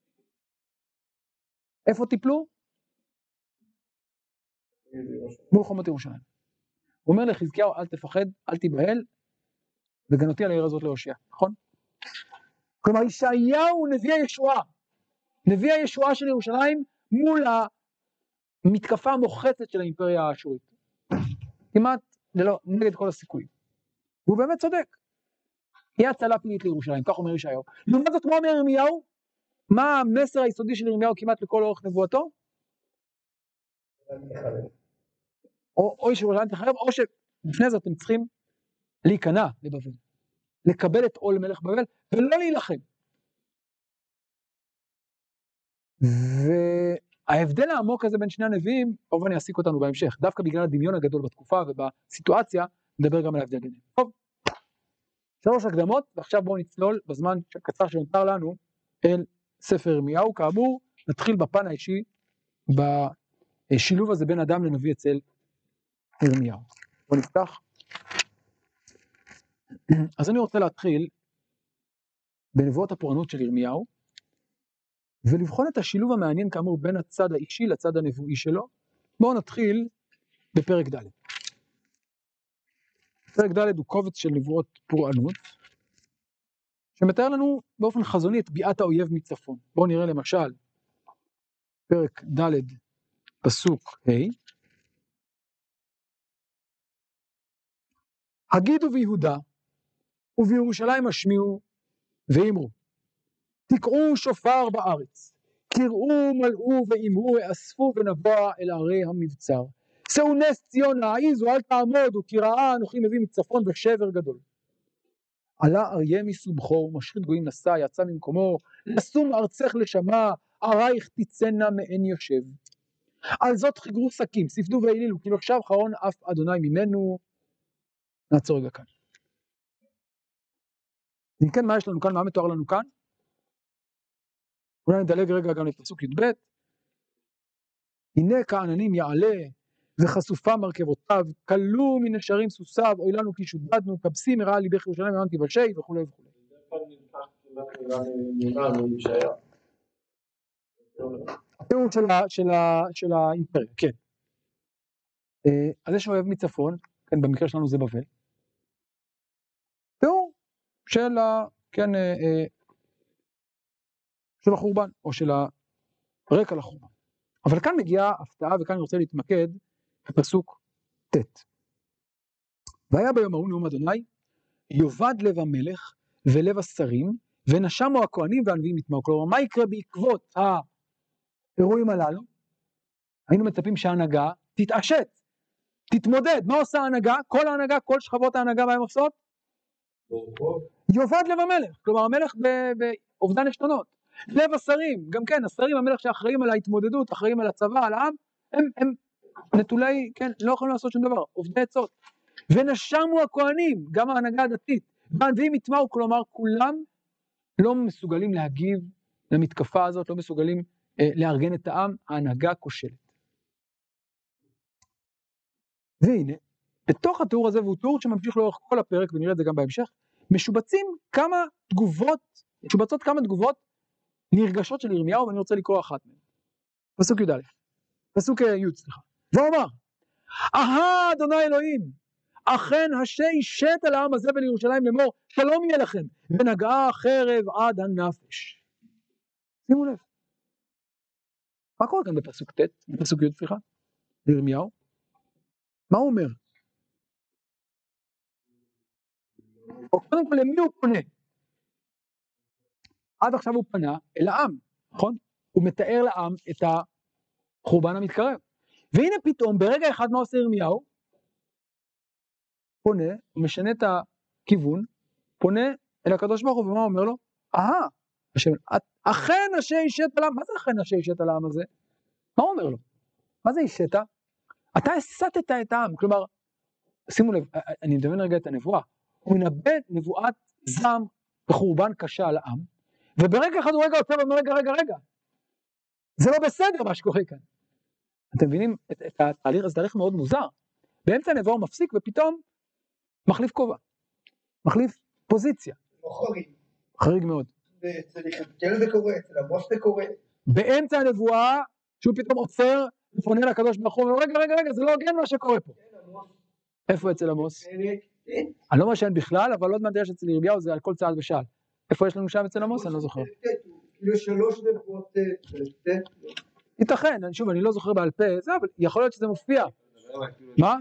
איפה טיפלו? מול חומות ירושלים. הוא אומר לחזקיהו, אל תפחד, אל תיבהל, וגנותי על העיר הזאת להושיע, נכון? כלומר, ישעיהו הוא נביא הישועה. נביא הישועה של ירושלים מול המתקפה המוחצת של האימפריה האשורית. כמעט ללא, נגד כל הסיכויים. והוא באמת צודק. היא הצלה פלילית לירושלים, כך אומר ישעיהו. לעומת זאת, מה אומר ירמיהו? מה המסר היסודי של ירמיהו כמעט לכל אורך נבואתו? או, או שירושלים תחרב, או שלפני זאת אתם צריכים להיכנע לבבל. לקבל את עול מלך בבל, ולא להילחם. וההבדל העמוק הזה בין שני הנביאים, כמובן יעסיק אותנו בהמשך, דווקא בגלל הדמיון הגדול בתקופה ובסיטואציה, נדבר גם על ההבדל ביניהם. טוב, שלוש הקדמות, ועכשיו בואו נצלול בזמן הקצר שנותר לנו אל ספר ירמיהו. כאמור, נתחיל בפן האישי, בשילוב הזה בין אדם לנביא אצל ירמיהו. בואו נפתח. אז אני רוצה להתחיל בנבואות הפורענות של ירמיהו, ולבחון את השילוב המעניין כאמור בין הצד האישי לצד הנבואי שלו. בואו נתחיל בפרק ד'. פרק ד' הוא קובץ של נבואות פורענות, שמתאר לנו באופן חזוני את ביאת האויב מצפון. בואו נראה למשל, פרק ד' פסוק ה', הגידו ביהודה ובירושלים השמיעו ואמרו, תקעו שופר בארץ, קראו מלאו ואמרו, אספו ונבוע אל ערי המבצר. שאו נס ציון העיזו, אל תעמודו, כי ראה אנוכי מביא מצפון בשבר גדול. עלה אריה מסובכו, משחית גויים נסע, יצא ממקומו, לשום ארצך לשמה, ערייך תצאנה מעין יושב. על זאת חיגרו שקים, ספדו והעלילו, כי לא שב חרון אף אדוני ממנו. נעצור רגע כאן. אם כן, מה יש לנו כאן? מה מתואר לנו כאן? אולי נדלג רגע גם לפסוק י"ב. הנה כעננים יעלה וחשופה מרכבותיו, כלו מנשרים סוסיו, אוי לנו כי שודדנו, כבשי מרעה ליבך ירושלים ימנתי בשי וכו' וכו'. התיאור של האימפריה, כן. אז יש אוהב מצפון, כן, במקרה שלנו זה בבל. תיאור של ה... כן, של החורבן, או של הרקע לחורבן. אבל כאן מגיעה הפתעה, וכאן אני רוצה להתמקד בפסוק ט'. והיה ביום ההוא נאום אדוני, יאבד לב המלך ולב השרים, ונשמו הכהנים והנביאים יטמעו. כלומר, מה יקרה בעקבות האירועים הללו? היינו מצפים שההנהגה תתעשת, תתמודד. מה עושה ההנהגה? כל ההנהגה, כל שכבות ההנהגה, מה הם עושות? יאבד לב המלך. כלומר, המלך באובדן עשתונות. לב השרים, גם כן, השרים, המלך שאחראים על ההתמודדות, אחראים על הצבא, על העם, הם, הם נטולי, כן, לא יכולים לעשות שום דבר, עובדי עצות. ונשמו הכהנים, גם ההנהגה הדתית, והנביאים יטמעו, כלומר, כולם לא מסוגלים להגיב למתקפה הזאת, לא מסוגלים אה, לארגן את העם, ההנהגה כושלת. והנה, בתוך התיאור הזה, והוא תיאור שממשיך לאורך כל הפרק, ונראה את זה גם בהמשך, משובצים כמה תגובות, משובצות כמה תגובות נרגשות של ירמיהו, ואני רוצה לקרוא אחת מהן. פסוק י"א, פסוק י', סליחה. ואומר, אהה אדוני אלוהים, אכן השי שת על העם הזה ולירושלים לאמור, שלום יהיה לכם, ונגעה חרב עד הנפש. שימו לב. מה קורה כאן בפסוק ט', בפסוק י', סליחה? לירמיהו? מה הוא אומר? או קודם כל, למי הוא פונה? עד עכשיו הוא פנה אל העם, נכון? הוא מתאר לעם את החורבן המתקרב. והנה פתאום, ברגע אחד מה עושה ירמיהו? פונה, הוא משנה את הכיוון, פונה אל הקדוש ברוך הוא, ומה הוא אומר לו? אהה, אכן השי שת על העם. מה זה אכן השי שת על העם הזה? מה הוא אומר לו? מה זה השת? אתה הסתת את העם, כלומר, שימו לב, אני מדמיין רגע את הנבואה, הוא מנבא נבואת זעם וחורבן קשה על העם, וברגע אחד הוא רגע עוצר ואומר, רגע, רגע, רגע, זה לא בסדר מה שקורה כאן. אתם מבינים את, את התהליך, זה תהליך מאוד מוזר. באמצע הנבואה הוא מפסיק ופתאום מחליף כובע, מחליף פוזיציה. לא חריג. חריג מאוד. אצל יחזקאל זה קורה, אצל עמוס זה קורה. באמצע הנבואה, שהוא פתאום עוצר, ופונה לקדוש ברוך הוא, רגע, רגע, רגע, זה לא הוגן מה שקורה פה. איפה אצל עמוס? אני לא משנה בכלל, אבל עוד מעט יש אצל ירמיהו, זה על כל צעד ושעל. איפה יש לנו שם אצל עמוס? אני לא זוכר. כאילו שלוש נבואות, ייתכן, שוב, אני לא זוכר בעל פה, זה, אבל יכול להיות שזה מופיע. מה?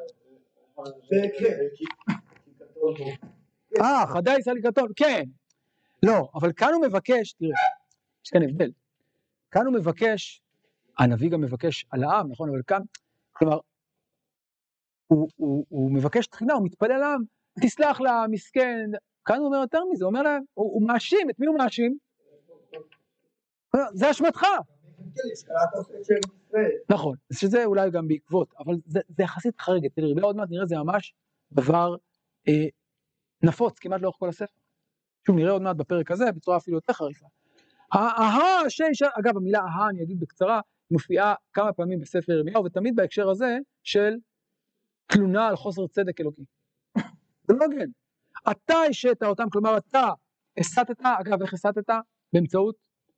אה, חדי ישראל קטון, כן. לא, אבל כאן הוא מבקש, תראה, יש כאן הבדל. כאן הוא מבקש, הנביא גם מבקש על העם, נכון, אבל כאן, כלומר, הוא, הוא, הוא מבקש תחינה, הוא מתפלל לעם, תסלח לה, מסכן, כאן הוא אומר יותר מזה, הוא אומר להם, הוא, הוא מאשים, את מי הוא מאשים? זה אשמתך. נכון, שזה אולי גם בעקבות, אבל זה, זה יחסית חריג, אצל ירמיהו עוד מעט נראה, זה ממש דבר אה, נפוץ, כמעט לאורך כל הספר. שוב, נראה עוד מעט בפרק הזה, בצורה אפילו יותר חריפה. ההה, שי, שי, אגב, המילה ההה, אני אגיד בקצרה, מופיעה כמה פעמים בספר ירמיהו, ותמיד בהקשר הזה של תלונה על חוסר צדק אלוקי. זה לא הוגן. אתה השעת אותם, כלומר אתה הסתת, אגב, איך הסתת? באמצעות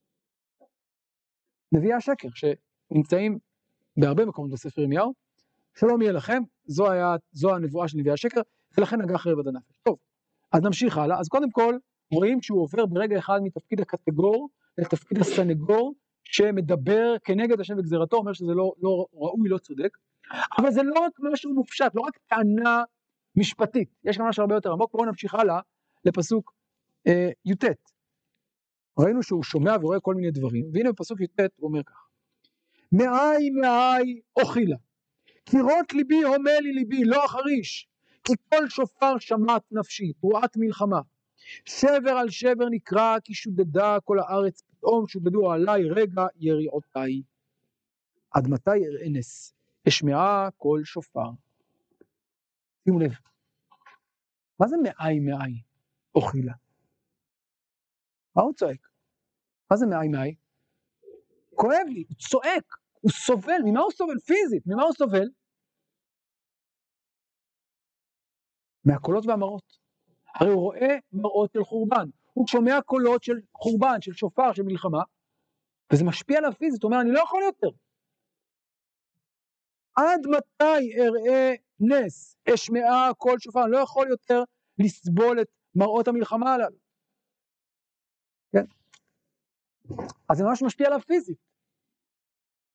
נביאי השקר, שנמצאים בהרבה מקומות בספר ירמיהו, שלום יהיה לכם, זו, היה, זו הנבואה של נביאי השקר, ולכן נגע חרב עד הנפש. טוב, אז נמשיך הלאה. אז קודם כל, רואים שהוא עובר ברגע אחד מתפקיד הקטגור, לתפקיד הסנגור, שמדבר כנגד השם וגזירתו, אומר שזה לא, לא ראוי, לא צודק, אבל זה לא רק משהו מופשט, לא רק טענה משפטית, יש גם משהו הרבה יותר עמוק. בואו נמשיך הלאה לפסוק אה, י"ט. ראינו שהוא שומע ורואה כל מיני דברים, והנה בפסוק י"ט הוא אומר כך, מאי מאי אוכילה, כי רוט ליבי הומה לי ליבי, לא אחריש, כי כל שופר שמעת נפשי, תרועת מלחמה, שבר על שבר נקרא, כי שודדה כל הארץ, פתאום שודדו עליי רגע יריעותיי, עד מתי אראה נס, אשמעה כל שופר. שימו לב, מה זה מאי מאי אוכילה? מה הוא צועק? מה זה מאי מאי? כואב לי, הוא צועק, הוא סובל. ממה הוא סובל? פיזית. ממה הוא סובל? מהקולות והמראות. הרי הוא רואה מראות של חורבן, הוא שומע קולות של חורבן, של שופר, של מלחמה, וזה משפיע עליו פיזית. הוא אומר, אני לא יכול יותר. עד מתי אראה נס, אשמעה כל שופר, אני לא יכול יותר לסבול את מראות המלחמה הללו. כן? אז זה ממש משפיע עליו פיזית.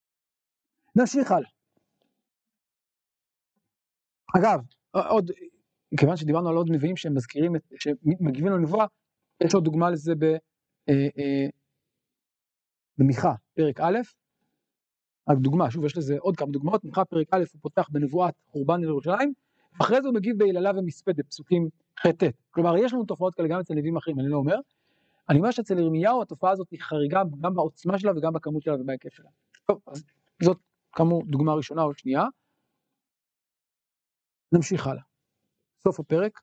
נמשיך הלאה. אגב, עוד מכיוון שדיברנו על עוד נביאים שהם מזכירים, שמגיבים לנבואה, יש עוד דוגמה לזה ב, אה, אה, במיכה, פרק א', רק דוגמה, שוב יש לזה עוד כמה דוגמאות, מיכה פרק א' הוא פותח בנבואת חורבן ירושלים, אחרי זה הוא מגיב בהיללה ומספד בפסוקים ח' ט', כלומר יש לנו תופעות כאלה גם אצל נביאים אחרים, אני לא אומר, אני אומר שאצל ירמיהו התופעה הזאת היא חריגה גם בעוצמה שלה וגם בכמות שלה ובהיקף שלה. טוב, אז זאת כאמור דוגמה ראשונה או שנייה. נמשיך הלאה. סוף הפרק,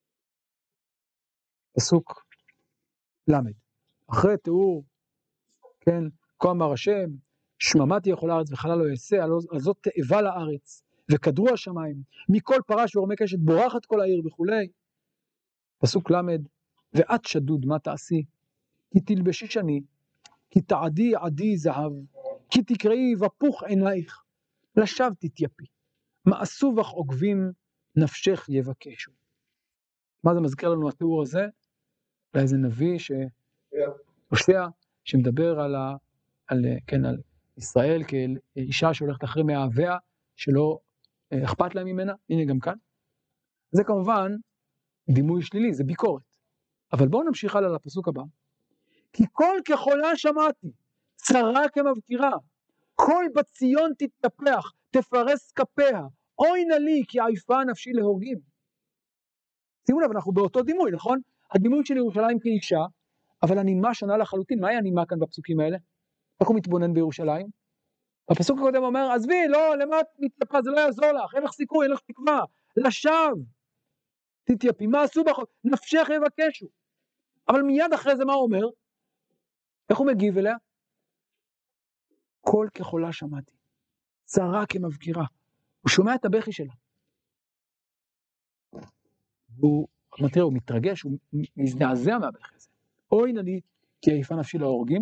פסוק למד. אחרי תיאור, כן, כה אמר השם, שממה תהיה כל הארץ וחלל לא יעשה, על זאת תאבה לארץ, וכדרו השמיים, מכל פרש ורמי קשת בורחת כל העיר וכולי. פסוק למד, ואת שדוד מה תעשי? כי תלבשי שני, כי תעדי עדי זהב, כי תקראי ופוך עינייך, לשווא תתייפי, מאסו בך עוקבים, נפשך יבקשו. מה זה מזכיר לנו התיאור הזה? לאיזה נביא ש... הושע, שמדבר על, ה... על, כן, על ישראל כאישה שהולכת אחרי מאהביה, שלא אכפת להם ממנה, הנה גם כאן. זה כמובן דימוי שלילי, זה ביקורת. אבל בואו נמשיך הלאה לפסוק הבא. כי כל כחולה שמעתי, צרה כמבקירה, כל בציון תתפח, תפרס כפיה, אוי נא לי כי עייפה נפשי להורגים. שימו לב, אנחנו באותו דימוי, נכון? הדימוי של ירושלים כאישה, אבל הנימה שונה לחלוטין. מהי הנימה כאן בפסוקים האלה? איך הוא מתבונן בירושלים? הפסוק הקודם אומר, עזבי, לא, למה את מתייפה, זה לא יעזור לך, אין לך סיכוי, אין לך תקווה, לשווא תתייפי, מה עשו בך? נפשך יבקשו. אבל מיד אחרי זה מה הוא אומר? איך הוא מגיב אליה? כל כחולה שמעתי, צרה כמבקירה. הוא שומע את הבכי שלה. והוא, תראה, הוא מתרגש, הוא מזדעזע מהבכי הזה. אוי נא לי, כי עייפה נפשי להורגים.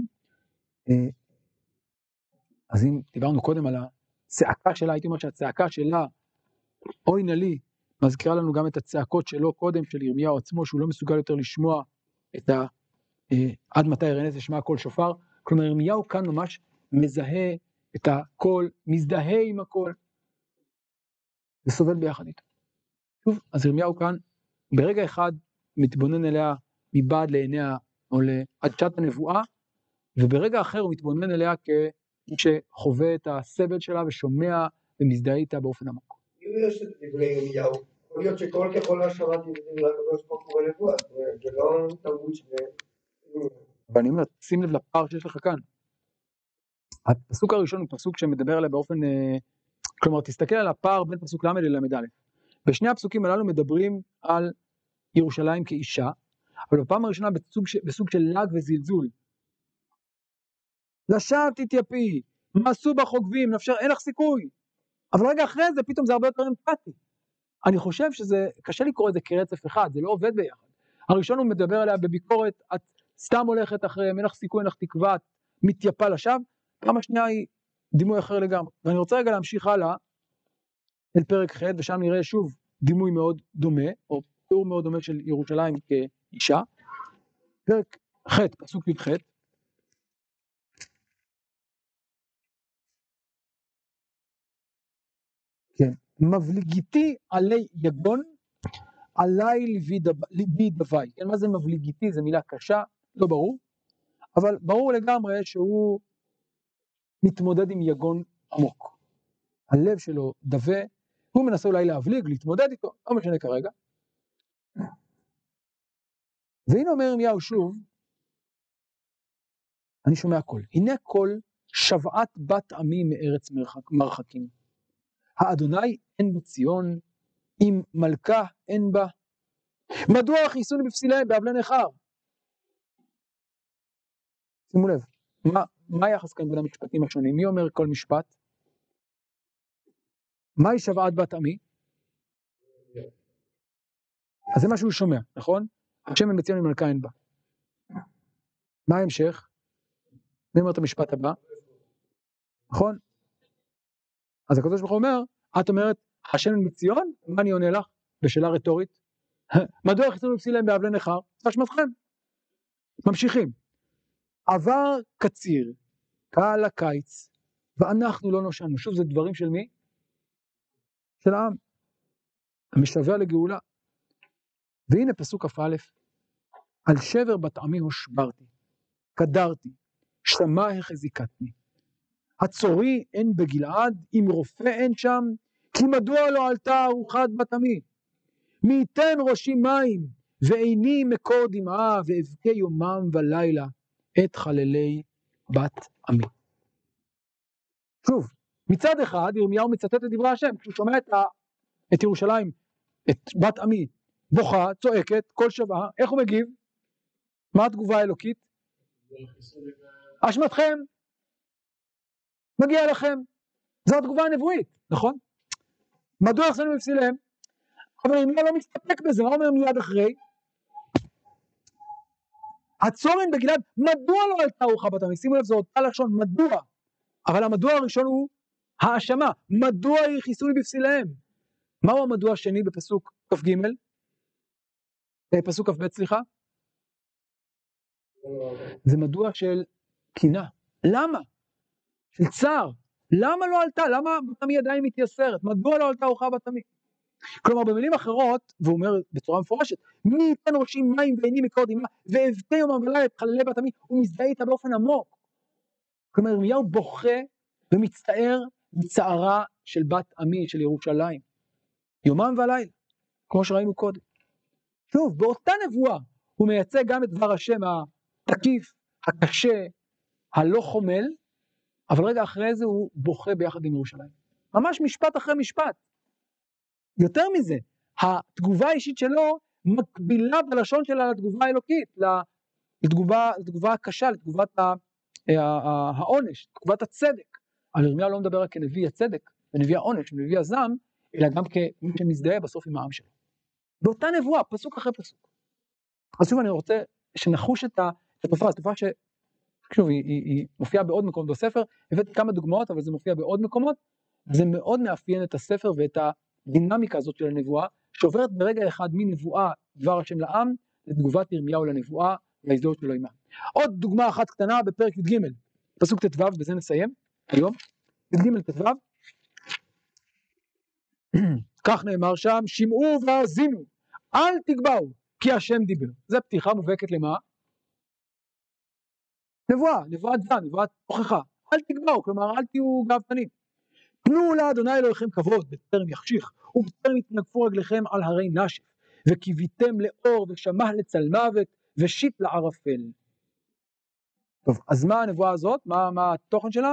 אז אם דיברנו קודם על הצעקה שלה, הייתי אומר שהצעקה שלה, אוי נא לי, מזכירה לנו גם את הצעקות שלו קודם, של ירמיהו עצמו, שהוא לא מסוגל יותר לשמוע את ה... עד מתי ירנס ישמע קול שופר. כלומר, ירמיהו כאן ממש מזהה את הקול, מזדהה עם הקול, וסובל ביחד איתו. שוב, אז ירמיהו כאן, ברגע אחד, מתבונן אליה מבעד לעיניה, או לעדשת הנבואה, וברגע אחר הוא מתבונן אליה כמי שחווה את הסבל שלה, ושומע ומזדהה איתה באופן עמוק. אם יש את דברי ירמיהו, יכול להיות שכל ככל שמעתי את דברי הקדוש ברוך הוא בנבואה, זה לא תרבות של... ואני אומר, שים לב לפער שיש לך כאן. הפסוק הראשון הוא פסוק שמדבר עליה באופן, כלומר, תסתכל על הפער בין פסוק למד ללמד א'. בשני הפסוקים הללו מדברים על ירושלים כאישה, אבל בפעם הראשונה בסוג, בסוג של לג וזלזול. לשווא תתייפי, מעשו בך עוקבים, נפשר, אין לך סיכוי. אבל רגע אחרי זה, פתאום זה הרבה יותר אמפתי. אני חושב שזה, קשה לקרוא את זה כרצף אחד, זה לא עובד ביחד. הראשון הוא מדבר עליה בביקורת, את סתם הולכת אחריהם, אין לך סיכוי, אין לך תקווה, את מתייפה לשווא. פעם השנייה היא דימוי אחר לגמרי. ואני רוצה רגע להמשיך הלאה אל פרק ח', ושם נראה שוב דימוי מאוד דומה, או תיאור מאוד דומה של ירושלים כאישה. פרק ח', פסוק י"ח. כן, מבליגיתי עלי יגון, עלי ליבי דווי. כן, מה זה מבליגיתי? זו מילה קשה, לא ברור, אבל ברור לגמרי שהוא מתמודד עם יגון עמוק. הלב שלו דווה, הוא מנסה אולי להבליג, להתמודד איתו, לא משנה כרגע. והנה אומר ירמיהו שוב, אני שומע קול, הנה קול שבעת בת עמי מארץ מרחק, מרחקים. האדוני אין בציון, אם מלכה אין בה. מדוע חיסון בפסילהם באבלי נכר? שימו לב, מה, מה היחס כאן בין המשפטים השונים? מי אומר כל משפט? מהי שבעת בת עמי? אז זה מה שהוא שומע, נכון? השם אין בציון, אם מלכה אין בה. מה ההמשך? מי אומר את המשפט הבא? נכון? אז הקדוש ברוך הוא אומר, את אומרת, השם אין בציון? מה אני עונה לך? בשאלה רטורית. מדוע חיסון בפסילהם באבלי נכר? זה אשמתכם. ממשיכים. עבר קציר, קהל הקיץ, ואנחנו לא נושענו. שוב, זה דברים של מי? של העם. המשווע לגאולה. והנה פסוק כ"א, על שבר בת עמי הושברתי, קדרתי, שמע החזיקתני. הצורי אין בגלעד, אם רופא אין שם, כי מדוע לא עלתה ארוחת בת עמי? מי ייתן ראשי מים, ועיני מקור דמעה, ואבכה יומם ולילה את חללי בת עמי. שוב, מצד אחד ירמיהו מצטט את דברי השם, כשהוא שומע את, ה... את ירושלים, את בת עמי, בוכה, צועקת, כל שווה, איך הוא מגיב? מה התגובה האלוקית? אשמתכם, מגיע לכם. זו התגובה הנבואית, נכון? מדוע יחסנו בפסיליהם? אבל ירמיהו לא מסתפק בזה, הוא אומר מיד אחרי, הצורן בגלעד, מדוע לא עלתה ארוחה בת עמי? שימו לב, זו אותה לשון, מדוע? אבל המדוע הראשון הוא האשמה, מדוע יכיסו לי בפסיליהם? מהו המדוע השני בפסוק כ"ג? פסוק כ"ב, סליחה? זה מדוע של קינה. למה? של צער. למה לא עלתה? למה בת עמי עדיין מתייסרת? מדוע לא עלתה ארוחה בת עמי? כלומר, במילים אחרות, והוא אומר בצורה מפורשת, מי ייתן ראשי מים ועיני מקור דמעה, ואבכה יומם ולילה את חללי בת עמי, הוא מזדהה איתה באופן עמוק. כלומר, ירמיהו בוכה ומצטער בצערה של בת עמי, של ירושלים. יומם ולילה, כמו שראינו קודם. שוב, באותה נבואה, הוא מייצג גם את דבר השם התקיף, הקשה, הלא חומל, אבל רגע אחרי זה הוא בוכה ביחד עם ירושלים. ממש משפט אחרי משפט. יותר מזה, התגובה האישית שלו מקבילה בלשון שלה לתגובה האלוקית, לתגובה, לתגובה הקשה, לתגובת העונש, לתגובת הצדק. אבל ירמיהו לא מדבר רק כנביא הצדק, ונביא העונש, ונביא הזעם, אלא גם כמי שמזדהה בסוף עם העם שלו. באותה נבואה, פסוק אחרי פסוק. אז שוב אני רוצה שנחוש את התופעה, התופעה ש... שוב, היא, היא, היא מופיעה בעוד מקומות בספר, הבאתי כמה דוגמאות, אבל זה מופיע בעוד מקומות, זה מאוד מאפיין את הספר ואת הדינמיקה הזאת של הנבואה, שעוברת ברגע אחד מנבואה דבר השם לעם, לתגובת ירמיהו לנבואה, וההזדהות שלו עימה. עוד דוגמה אחת קטנה בפרק י"ג, פסוק ט"ו, בזה נסיים היום, י"ג ט"ו, כך נאמר שם, שמעו והאזינו, אל תגבעו, כי השם דיבר. זה פתיחה מובהקת למה? נבואה, נבואת זעם, נבואת תוכחה. אל תגבעו, כלומר אל תהיו גאוותנים. תנו לאדוני אלוהיכם כבוד, בטרם יחשיך, ובטרם יתנגפו רגליכם על הרי נשף, וקיוויתם לאור ושמח לצלמוות, ושיט לערפל. טוב, אז מה הנבואה הזאת? מה, מה התוכן שלה?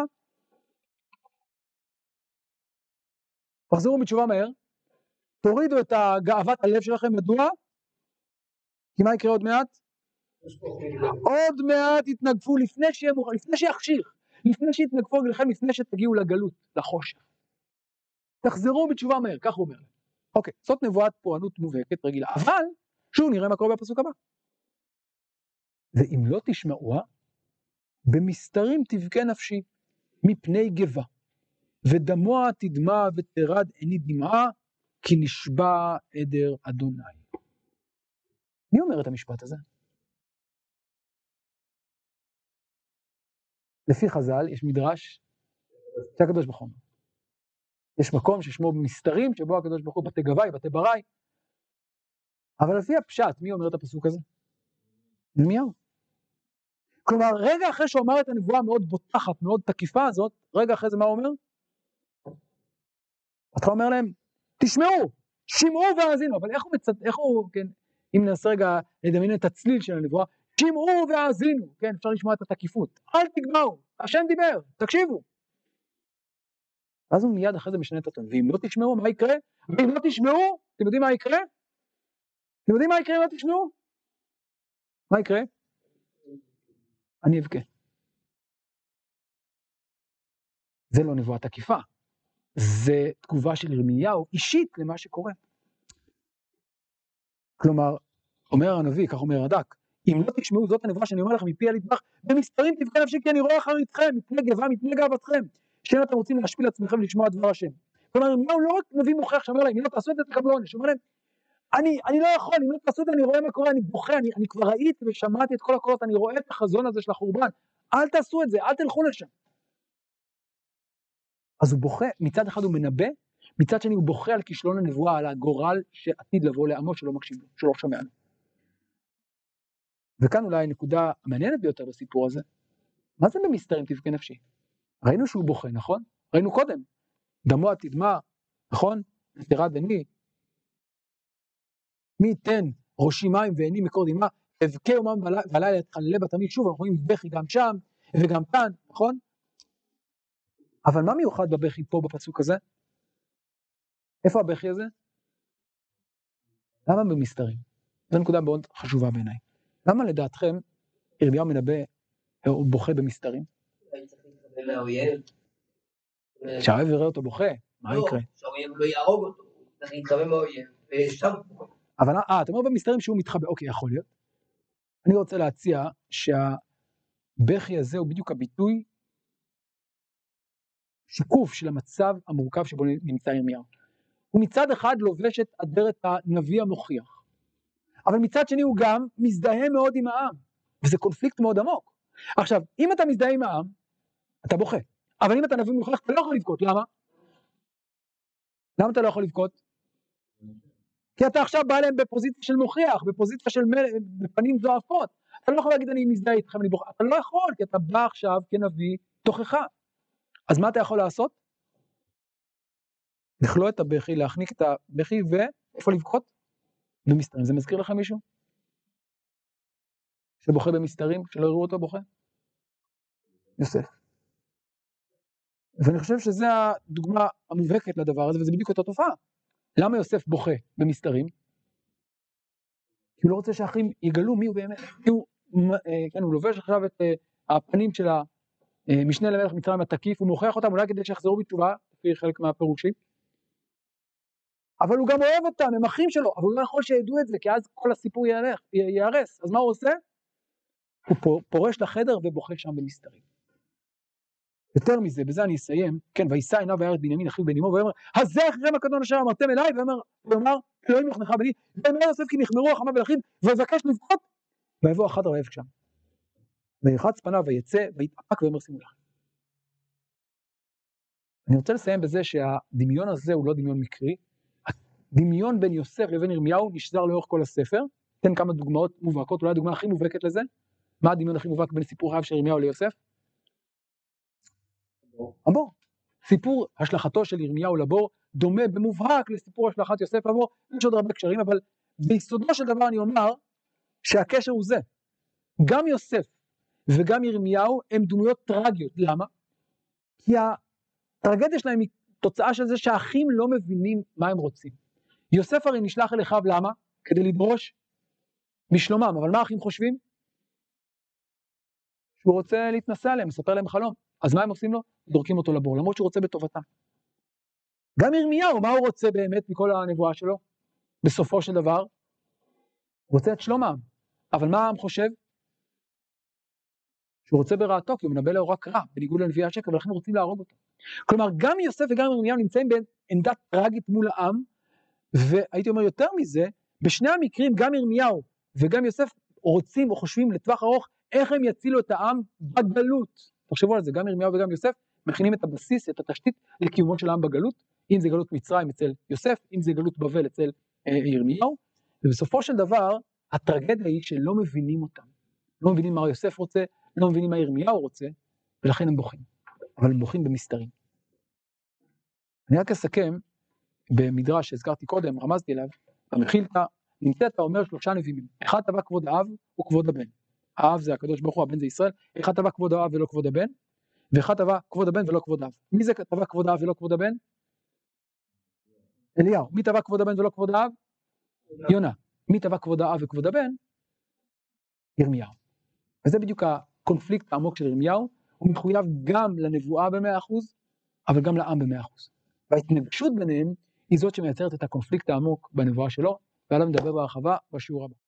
תחזרו בתשובה מהר, תורידו את גאוות הלב שלכם, מדוע? כי מה יקרה עוד מעט? עוד מעט יתנגפו לפני שיהיה מוכן, לפני שיחשיך, לפני שיתנגפו רגליכם, לפני שתגיעו לגלות, לחושך. תחזרו בתשובה מהר, כך הוא אומר. אוקיי, זאת נבואת פורענות מובהקת רגילה, אבל שוב נראה מה קורה בפסוק הבא. ואם לא תשמעוה, במסתרים תבכה נפשי, מפני גבה, ודמוע תדמע ותרד עיני דמעה, כי נשבע עדר אדוני. מי אומר את המשפט הזה? לפי חז"ל יש מדרש שהקדוש ברוך הוא אומר. יש מקום ששמו במסתרים, שבו הקדוש ברוך הוא בתי גבי, בתי ברי. אבל לפי הפשט, מי אומר את הפסוק הזה? ירמיהו. כלומר, רגע אחרי שהוא אמר את הנבואה מאוד בוטחת, מאוד תקיפה הזאת, רגע אחרי זה מה הוא אומר? אתה אומר להם, תשמעו, שמעו והאזינו, אבל איך הוא מצד... איך הוא, כן, אם ננסה רגע לדמיין את הצליל של הנבואה, שמעו והאזינו, כן, אפשר לשמוע את התקיפות, אל תגמרו, השם דיבר, תקשיבו. ואז הוא מיד אחרי זה משנה את הטון, ואם לא תשמעו, מה יקרה? ואם לא תשמעו, אתם יודעים מה יקרה? אתם יודעים מה יקרה אם לא תשמעו? מה יקרה? אני אבכה. זה לא נבואה תקיפה, זה תגובה של ירמיהו אישית למה שקורה. כלומר, אומר הנביא, כך אומר הדק, אם לא תשמעו זאת הנבואה שאני אומר לכם מפי הלטבח, במסתרים תבכה נפשי כי אני רואה אחר איתכם, מפני גבה, מפני גאוותכם, שאין אתם רוצים להשפיל עצמכם לשמוע דבר השם. כלומר, ירמיהו לא רק נביא מוכיח שאומר להם, אם לא תעשו את זה תקבלו עונש, אומר להם, אני, אני לא יכול, אם לא תעשו את זה אני רואה מה קורה, אני בוכה, אני, אני כבר ראיתי ושמעתי את כל הקולות, אני רואה את החזון הזה של החורבן, אל תעשו את זה, אל תלכו לשם. אז הוא בוכה, מצד אחד הוא מנבא, מצד שני הוא בוכה על כישלון הנבואה, על הגורל שעתיד לבוא לעמו שלא מקשיב לו, שלא שומע לו. וכאן אולי הנקודה המעניינת ביותר בסיפור הזה, מה זה במסתרים תבכה נפשי? ראינו שהוא בוכה, נכון? ראינו קודם, דמו התדמה, נכון? תרד בני, מי ייתן ראשי מים ועיני מקור דמעה, אבכה יומם ולילה אתחללה בתמיד, שוב אנחנו רואים בכי גם שם וגם כאן, נכון? אבל מה מיוחד בבכי פה בפסוק הזה? איפה הבכי הזה? למה במסתרים? זו נקודה מאוד חשובה בעיניי. למה לדעתכם ירמיהו מנבא או בוכה במסתרים? אולי צריך להתכוון לאויב. שהאויב יראה אותו בוכה, מה יקרה? לא, שהאויב לא יהרוג אותו, צריך להתכוון לאויב, ושם... אבל אה, אתה אומר במסתרים שהוא מתחבא, אוקיי, יכול להיות. אני רוצה להציע שהבכי הזה הוא בדיוק הביטוי שיקוף של המצב המורכב שבו נמצא ירמיהו. הוא מצד אחד לובש את אדרת הנביא המוכיח, אבל מצד שני הוא גם מזדהה מאוד עם העם, וזה קונפליקט מאוד עמוק. עכשיו, אם אתה מזדהה עם העם, אתה בוכה, אבל אם אתה נביא מוכיח, אתה לא יכול לבכות, למה? למה אתה לא יכול לבכות? כי אתה עכשיו בא אליהם בפוזיציה של מוכיח, בפוזיציה של מל... בפנים זועפות, אתה לא יכול להגיד אני מזדהה איתכם, אני בוכה, אתה לא יכול, כי אתה בא עכשיו כנביא תוכחה. אז מה אתה יכול לעשות? לכלוא את הבכי, להחניק את הבכי, ואיפה לבכות? במסתרים. זה מזכיר לכם מישהו? שבוכה במסתרים, שלא יראו אותו בוכה? יוסף. ואני חושב שזו הדוגמה המובהקת לדבר הזה, וזה בדיוק אותה תופעה. למה יוסף בוכה במסתרים? כי הוא לא רוצה שהאחים יגלו מי הוא באמת. כי הוא, כן, הוא לובש עכשיו את הפנים של המשנה למלך מצרים התקיף, הוא מוכיח אותם אולי כדי שיחזרו בתשובה, לפי חלק מהפירושים. אבל הוא גם אוהב אותם, הם אחים שלו, אבל הוא לא יכול שידעו את זה, כי אז כל הסיפור ייהרס. אז מה הוא עושה? הוא פורש לחדר ובוכה שם במסתרים. יותר מזה, בזה אני אסיים, כן, וישא עיניו וירא את בנימין אחיו בן אמו, ואומר, הזה אחריכם הקדון אשר אמרתם אליי, ואומר, ואומר, אלוהים יחנך בני, ואומר יוסף כי נחמרו החמה ולאחיו, ויבקש לבכות, ויבוא אחד רעב שם. וירחץ פניו ויצא, ויתאפק ואומר שימו לכם. אני רוצה לסיים בזה שהדמיון הזה הוא לא דמיון מקרי, הדמיון בין יוסף לבין ירמיהו נשזר לאורך כל הספר, תן כמה דוגמאות מובהקות, אולי הדוגמה הכי מובהקת לזה, מה הדמיון הכי מובהק בין סיפור חייו של ירמיהו ליוסף? הבור. סיפור השלכתו של ירמיהו לבור דומה במובהק לסיפור השלכת יוסף לבור, יש עוד הרבה קשרים, אבל ביסודו של דבר אני אומר שהקשר הוא זה. גם יוסף וגם ירמיהו הם דמויות טרגיות. למה? כי הטרגדיה שלהם היא תוצאה של זה שהאחים לא מבינים מה הם רוצים. יוסף הרי נשלח אל אחיו, למה? כדי לדרוש משלומם, אבל מה האחים חושבים? שהוא רוצה להתנסה עליהם, מספר להם חלום. אז מה הם עושים לו? דורקים אותו לבור, למרות שהוא רוצה בטובתם. גם ירמיהו, מה הוא רוצה באמת מכל הנבואה שלו? בסופו של דבר, הוא רוצה את שלומם. אבל מה העם חושב? שהוא רוצה ברעתו, כי הוא מנבא לו רק רע, בניגוד לנביאי השקר, ולכן רוצים להרוג אותו. כלומר, גם יוסף וגם ירמיהו נמצאים בעמדת טרגית מול העם, והייתי אומר יותר מזה, בשני המקרים, גם ירמיהו וגם יוסף רוצים או חושבים לטווח ארוך, איך הם יצילו את העם בגלות. תחשבו על זה, גם ירמיהו וגם יוסף מכינים את הבסיס, את התשתית לקיומו של העם בגלות, אם זה גלות מצרים אצל יוסף, אם זה גלות בבל אצל אה, ירמיהו, ובסופו של דבר, הטרגדיה היא שלא מבינים אותם, לא מבינים מה יוסף רוצה, לא מבינים מה ירמיהו רוצה, ולכן הם בוכים, אבל הם בוכים במסתרים. אני רק אסכם, במדרש שהזכרתי קודם, רמזתי אליו, במחילתא, נמצאת אומר שלושה נביאים, אחד טבע כבוד האב וכבוד הבן, האב זה הקדוש ברוך הוא, הבן זה ישראל, אחד טבע כבוד האב ולא כבוד הבן, ואחד טבע כבוד הבן ולא כבוד האב. מי זה טבע כבוד האב ולא כבוד הבן? אליהו. מי טבע כבוד הבן ולא כבוד האב? יונה. מי טבע כבוד האב וכבוד הבן? ירמיהו. וזה בדיוק הקונפליקט העמוק של ירמיהו, הוא מחויב גם לנבואה במאה אחוז, אבל גם לעם במאה אחוז. וההתנגשות ביניהם היא זאת שמייצרת את הקונפליקט העמוק בנבואה שלו, ועליו נדבר בהרחבה בשיעור הבא.